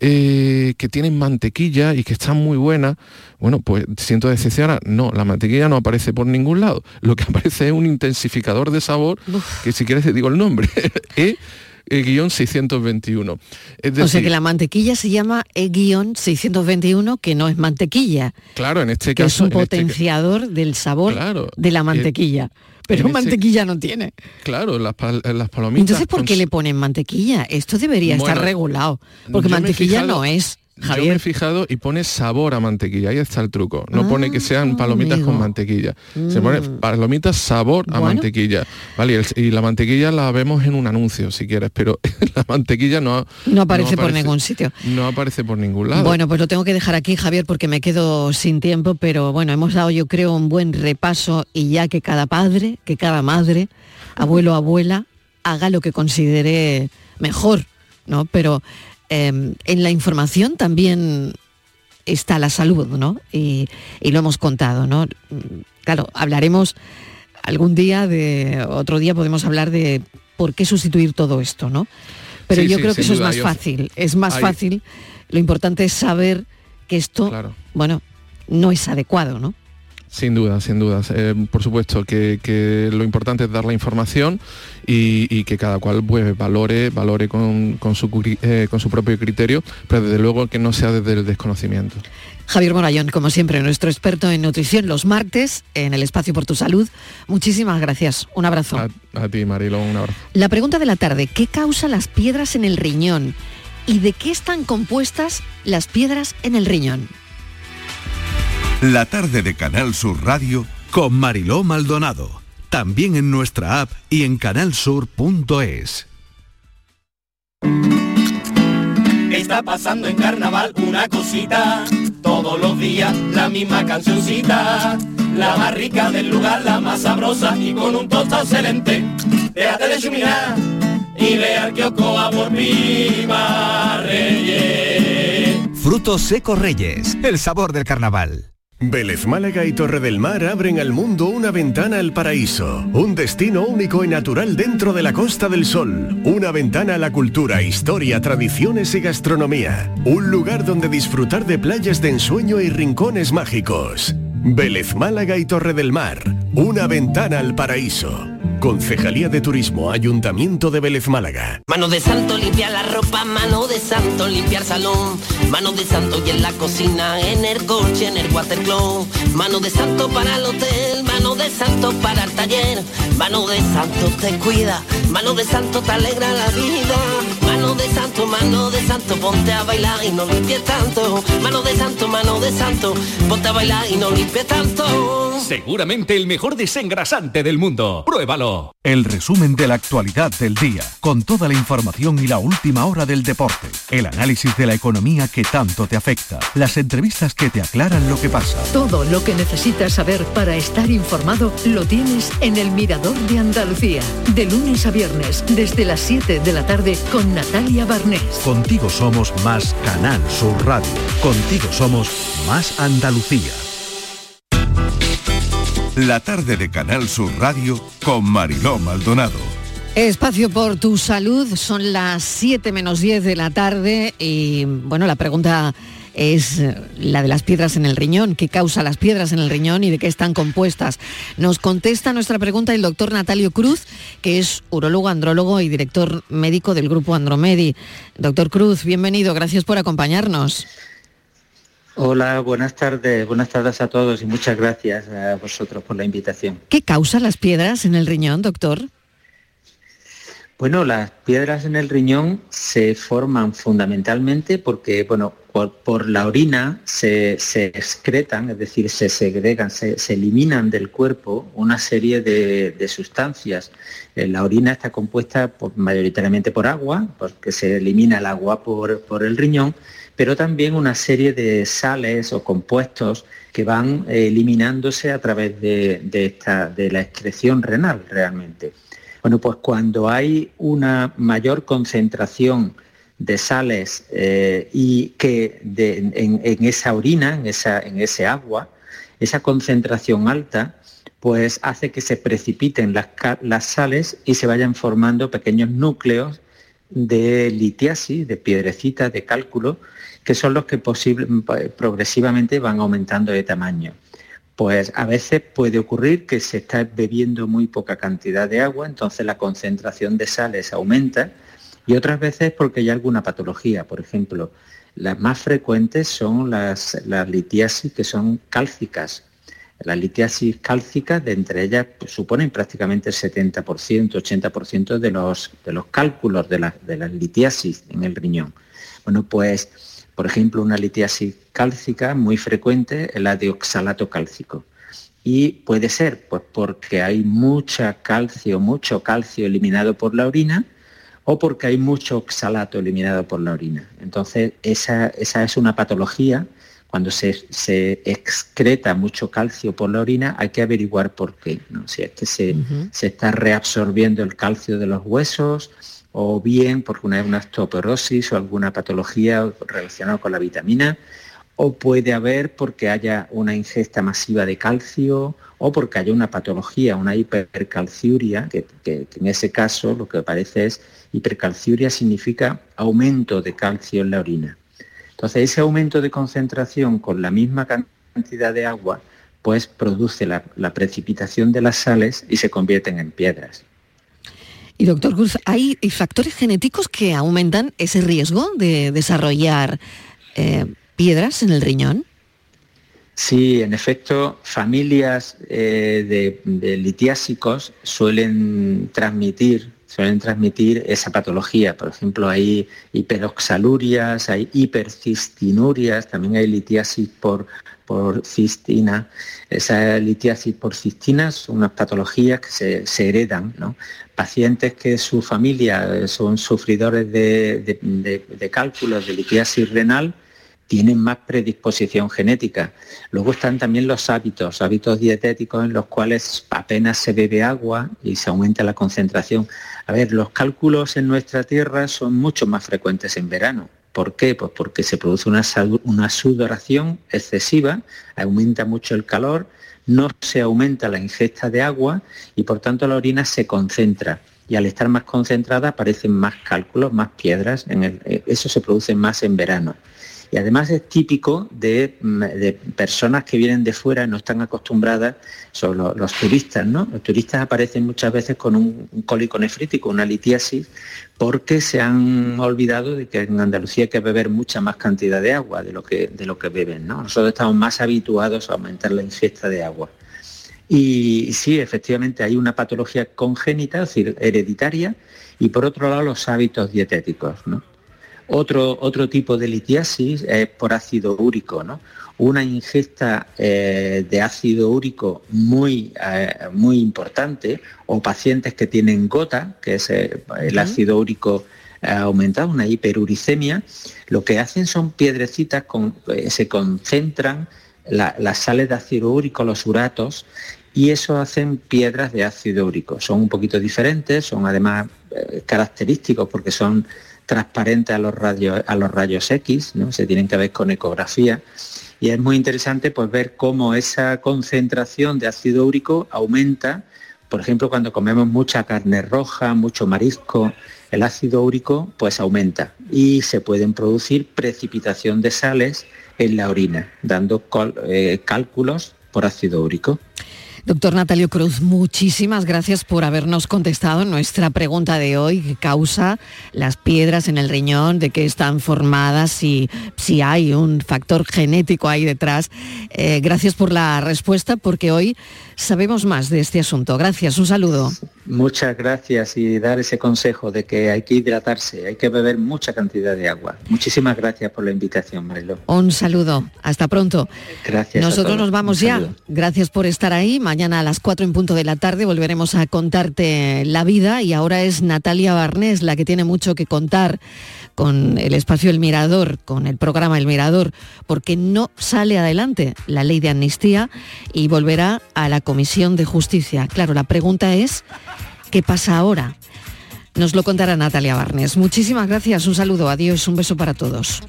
eh, que tienen mantequilla y que están muy buenas. Bueno, pues siento decepcionar. No, la mantequilla no aparece por ningún lado. Lo que aparece es un intensificador de sabor, Uf. que si quieres te digo el nombre. ¿Eh? E seiscientos veintiuno. Es decir, o sea que la mantequilla se llama E seiscientos veintiuno, que no es mantequilla. Claro, en este que caso... Que es un potenciador este... del sabor claro, de la mantequilla. Eh, pero mantequilla este... no tiene. Claro, las, pal las palomitas... Entonces, ¿por qué con... le ponen mantequilla? Esto debería bueno, estar regulado. Porque mantequilla fijado... no es... Javier. Yo me he fijado y pone sabor a mantequilla, ahí está el truco. No ah, pone que sean palomitas amigo. con mantequilla. Mm. Se pone palomitas sabor a bueno. mantequilla. Vale, y, el, y la mantequilla la vemos en un anuncio, si quieres, pero la mantequilla no, no, aparece, no aparece por ningún sitio. No aparece por ningún lado. Bueno, pues lo tengo que dejar aquí, Javier, porque me quedo sin tiempo, pero bueno, hemos dado, yo creo, un buen repaso, y ya que cada padre, que cada madre, abuelo, abuela, haga lo que considere mejor, ¿no? Pero... Eh, en la información también está la salud, ¿no? Y, y lo hemos contado, ¿no? Claro, hablaremos algún día, de otro día podemos hablar de por qué sustituir todo esto, ¿no? Pero sí, yo sí, creo que eso duda, es más yo... fácil, es más Hay... fácil. Lo importante es saber que esto, claro. bueno, no es adecuado, ¿no? Sin duda, sin dudas. Eh, por supuesto que, que lo importante es dar la información y, y que cada cual pues valore, valore con, con, su, eh, con su propio criterio, pero desde luego que no sea desde el desconocimiento. Javier Morayón, como siempre, nuestro experto en nutrición, los martes en el Espacio por tu Salud. Muchísimas gracias. Un abrazo. A, a ti, Marilo, un abrazo. La pregunta de la tarde: ¿qué causa las piedras en el riñón? ¿Y de qué están compuestas las piedras en el riñón? La tarde de Canal Sur Radio con Mariló Maldonado. También en nuestra app y en canal sur punto es. Está pasando en carnaval una cosita, todos los días la misma cancioncita, la más rica del lugar, la más sabrosa y con un tostado excelente. Déjate de chuminar y ve al kiosco a por Pipa Reyes. Frutos secos Reyes, el sabor del carnaval. Vélez Málaga y Torre del Mar abren al mundo una ventana al paraíso, un destino único y natural dentro de la Costa del Sol, una ventana a la cultura, historia, tradiciones y gastronomía, un lugar donde disfrutar de playas de ensueño y rincones mágicos. Vélez Málaga y Torre del Mar, una ventana al paraíso. Concejalía de Turismo, Ayuntamiento de Vélez Málaga. Mano de santo limpiar la ropa, mano de santo limpiar salón, mano de santo y en la cocina, en el coche, en el watercloak, mano de santo para el hotel, mano de santo para el taller, mano de santo te cuida, mano de santo te alegra la vida, mano de santo, mano de santo, ponte a bailar y no limpies tanto, mano de santo, mano de santo, ponte a bailar y no limpies tanto. Seguramente el mejor desengrasante del mundo. Pruébalo. El resumen de la actualidad del día, con toda la información y la última hora del deporte, el análisis de la economía que tanto te afecta, las entrevistas que te aclaran lo que pasa. Todo lo que necesitas saber para estar informado lo tienes en El Mirador de Andalucía, de lunes a viernes, desde las siete de la tarde con Natalia Barnés. Contigo somos más Canal Sur Radio, contigo somos más Andalucía. La tarde de Canal Sur Radio con Mariló Maldonado. Espacio por tu salud, son las siete menos diez de la tarde y bueno, la pregunta es la de las piedras en el riñón. ¿Qué causa las piedras en el riñón y de qué están compuestas? Nos contesta nuestra pregunta el doctor Natalio Cruz, que es urólogo, andrólogo y director médico del Grupo Andromedi. Doctor Cruz, bienvenido, gracias por acompañarnos. Hola, buenas tardes, buenas tardes a todos y muchas gracias a vosotros por la invitación. ¿Qué causa las piedras en el riñón, doctor? Bueno, las piedras en el riñón se forman fundamentalmente porque, bueno, por, por la orina se, se excretan, es decir, se segregan, se, se eliminan del cuerpo una serie de, de sustancias. La orina está compuesta por, mayoritariamente por agua, porque se elimina el agua por, por el riñón, pero también una serie de sales o compuestos que van eh, eliminándose a través de, de, esta, de la excreción renal realmente. Bueno, pues cuando hay una mayor concentración de sales eh, y que de, en, en esa orina, en, esa, en ese agua, esa concentración alta, pues hace que se precipiten las, las sales y se vayan formando pequeños núcleos de litiasis, de piedrecitas, de cálculo, que son los que posible, progresivamente van aumentando de tamaño. Pues a veces puede ocurrir que se está bebiendo muy poca cantidad de agua, entonces la concentración de sales aumenta, y otras veces porque hay alguna patología. Por ejemplo, las más frecuentes son las, las litiasis que son cálcicas. Las litiasis cálcicas, de entre ellas, pues, suponen prácticamente el setenta por ciento, ochenta por ciento de los, de los cálculos de, la, de las litiasis en el riñón. Bueno, pues, por ejemplo, una litiasis cálcica muy frecuente es la de oxalato cálcico. Y puede ser pues, porque hay mucha calcio, mucho calcio eliminado por la orina, o porque hay mucho oxalato eliminado por la orina. Entonces, esa, esa es una patología. Cuando se, se excreta mucho calcio por la orina, hay que averiguar por qué, ¿no? Si es que se, uh-huh. se está reabsorbiendo el calcio de los huesos, o bien porque una, una osteoporosis o alguna patología relacionada con la vitamina, o puede haber porque haya una ingesta masiva de calcio o porque haya una patología, una hipercalciuria, que, que, que en ese caso lo que aparece es hipercalciuria, significa aumento de calcio en la orina. Entonces ese aumento de concentración con la misma cantidad de agua pues produce la, la precipitación de las sales y se convierten en piedras. Y doctor Cruz, ¿hay factores genéticos que aumentan ese riesgo de desarrollar eh, piedras en el riñón? Sí, en efecto, familias eh, de, de litiásicos suelen transmitir, suelen transmitir esa patología. Por ejemplo, hay hiperoxalurias, hay hipercistinurias, también hay litiasis por, por cistina. Esa litiasis por cistina son unas patologías que se, se heredan, ¿no? Pacientes que su familia son sufridores de, de, de, de cálculos de litiasis renal, tienen más predisposición genética. Luego están también los hábitos, hábitos dietéticos en los cuales apenas se bebe agua y se aumenta la concentración. A ver, los cálculos en nuestra tierra son mucho más frecuentes en verano. ¿Por qué? Pues porque se produce una, una sudoración excesiva, aumenta mucho el calor, no se aumenta la ingesta de agua y por tanto la orina se concentra. Y al estar más concentrada aparecen más cálculos, más piedras. En el, eso se produce más en verano. Y además es típico de, de personas que vienen de fuera y no están acostumbradas, son los, los turistas, ¿no? Los turistas aparecen muchas veces con un, un cólico nefrítico, una litiasis, porque se han olvidado de que en Andalucía hay que beber mucha más cantidad de agua de lo que, de lo que beben, ¿no? Nosotros estamos más habituados a aumentar la ingesta de agua. Y, y sí, efectivamente hay una patología congénita, es decir, hereditaria, y por otro lado los hábitos dietéticos, ¿no? Otro, otro tipo de litiasis es por ácido úrico, ¿no? Una ingesta eh, de ácido úrico muy, eh, muy importante, o pacientes que tienen gota, que es eh, el ácido úrico eh, aumentado, una hiperuricemia, lo que hacen son piedrecitas, con, eh, se concentran la, las sales de ácido úrico, los uratos, y eso hacen piedras de ácido úrico. Son un poquito diferentes, son además eh, característicos porque son transparentes a los rayos, a los rayos X, ¿no? Se tienen que ver con ecografía y es muy interesante pues ver cómo esa concentración de ácido úrico aumenta. Por ejemplo, cuando comemos mucha carne roja, mucho marisco, el ácido úrico pues aumenta y se pueden producir precipitación de sales en la orina, dando cal, eh, cálculos por ácido úrico. Doctor Natalio Cruz, muchísimas gracias por habernos contestado nuestra pregunta de hoy, ¿qué causa las piedras en el riñón? ¿De qué están formadas? Si, si hay un factor genético ahí detrás. Eh, gracias por la respuesta, porque hoy sabemos más de este asunto. Gracias, un saludo. Muchas gracias y dar ese consejo de que hay que hidratarse, hay que beber mucha cantidad de agua. Muchísimas gracias por la invitación, Mariló. Un saludo, hasta pronto. Gracias. Nosotros nos vamos ya. Gracias por estar ahí. Mañana a las cuatro en punto de la tarde volveremos a contarte la vida y ahora es Natalia Barnés la que tiene mucho que contar con el espacio El Mirador, con el programa El Mirador, porque no sale adelante la ley de amnistía y volverá a la Comisión de Justicia. Claro, la pregunta es, ¿qué pasa ahora? Nos lo contará Natalia Barnés. Muchísimas gracias, un saludo, adiós, un beso para todos.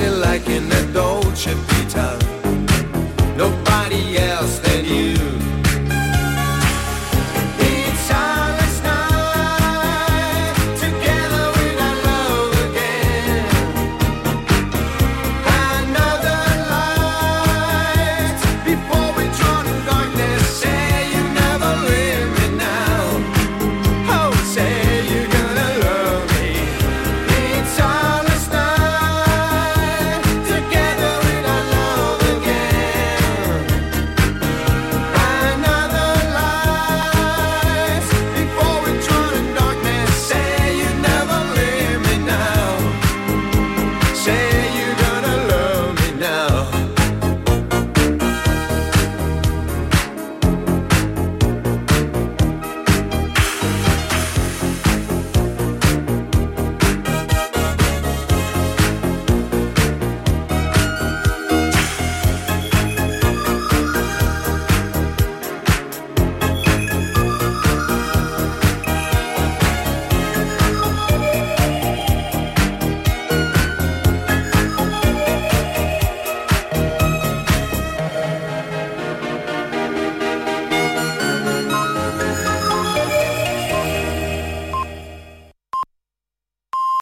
you liking it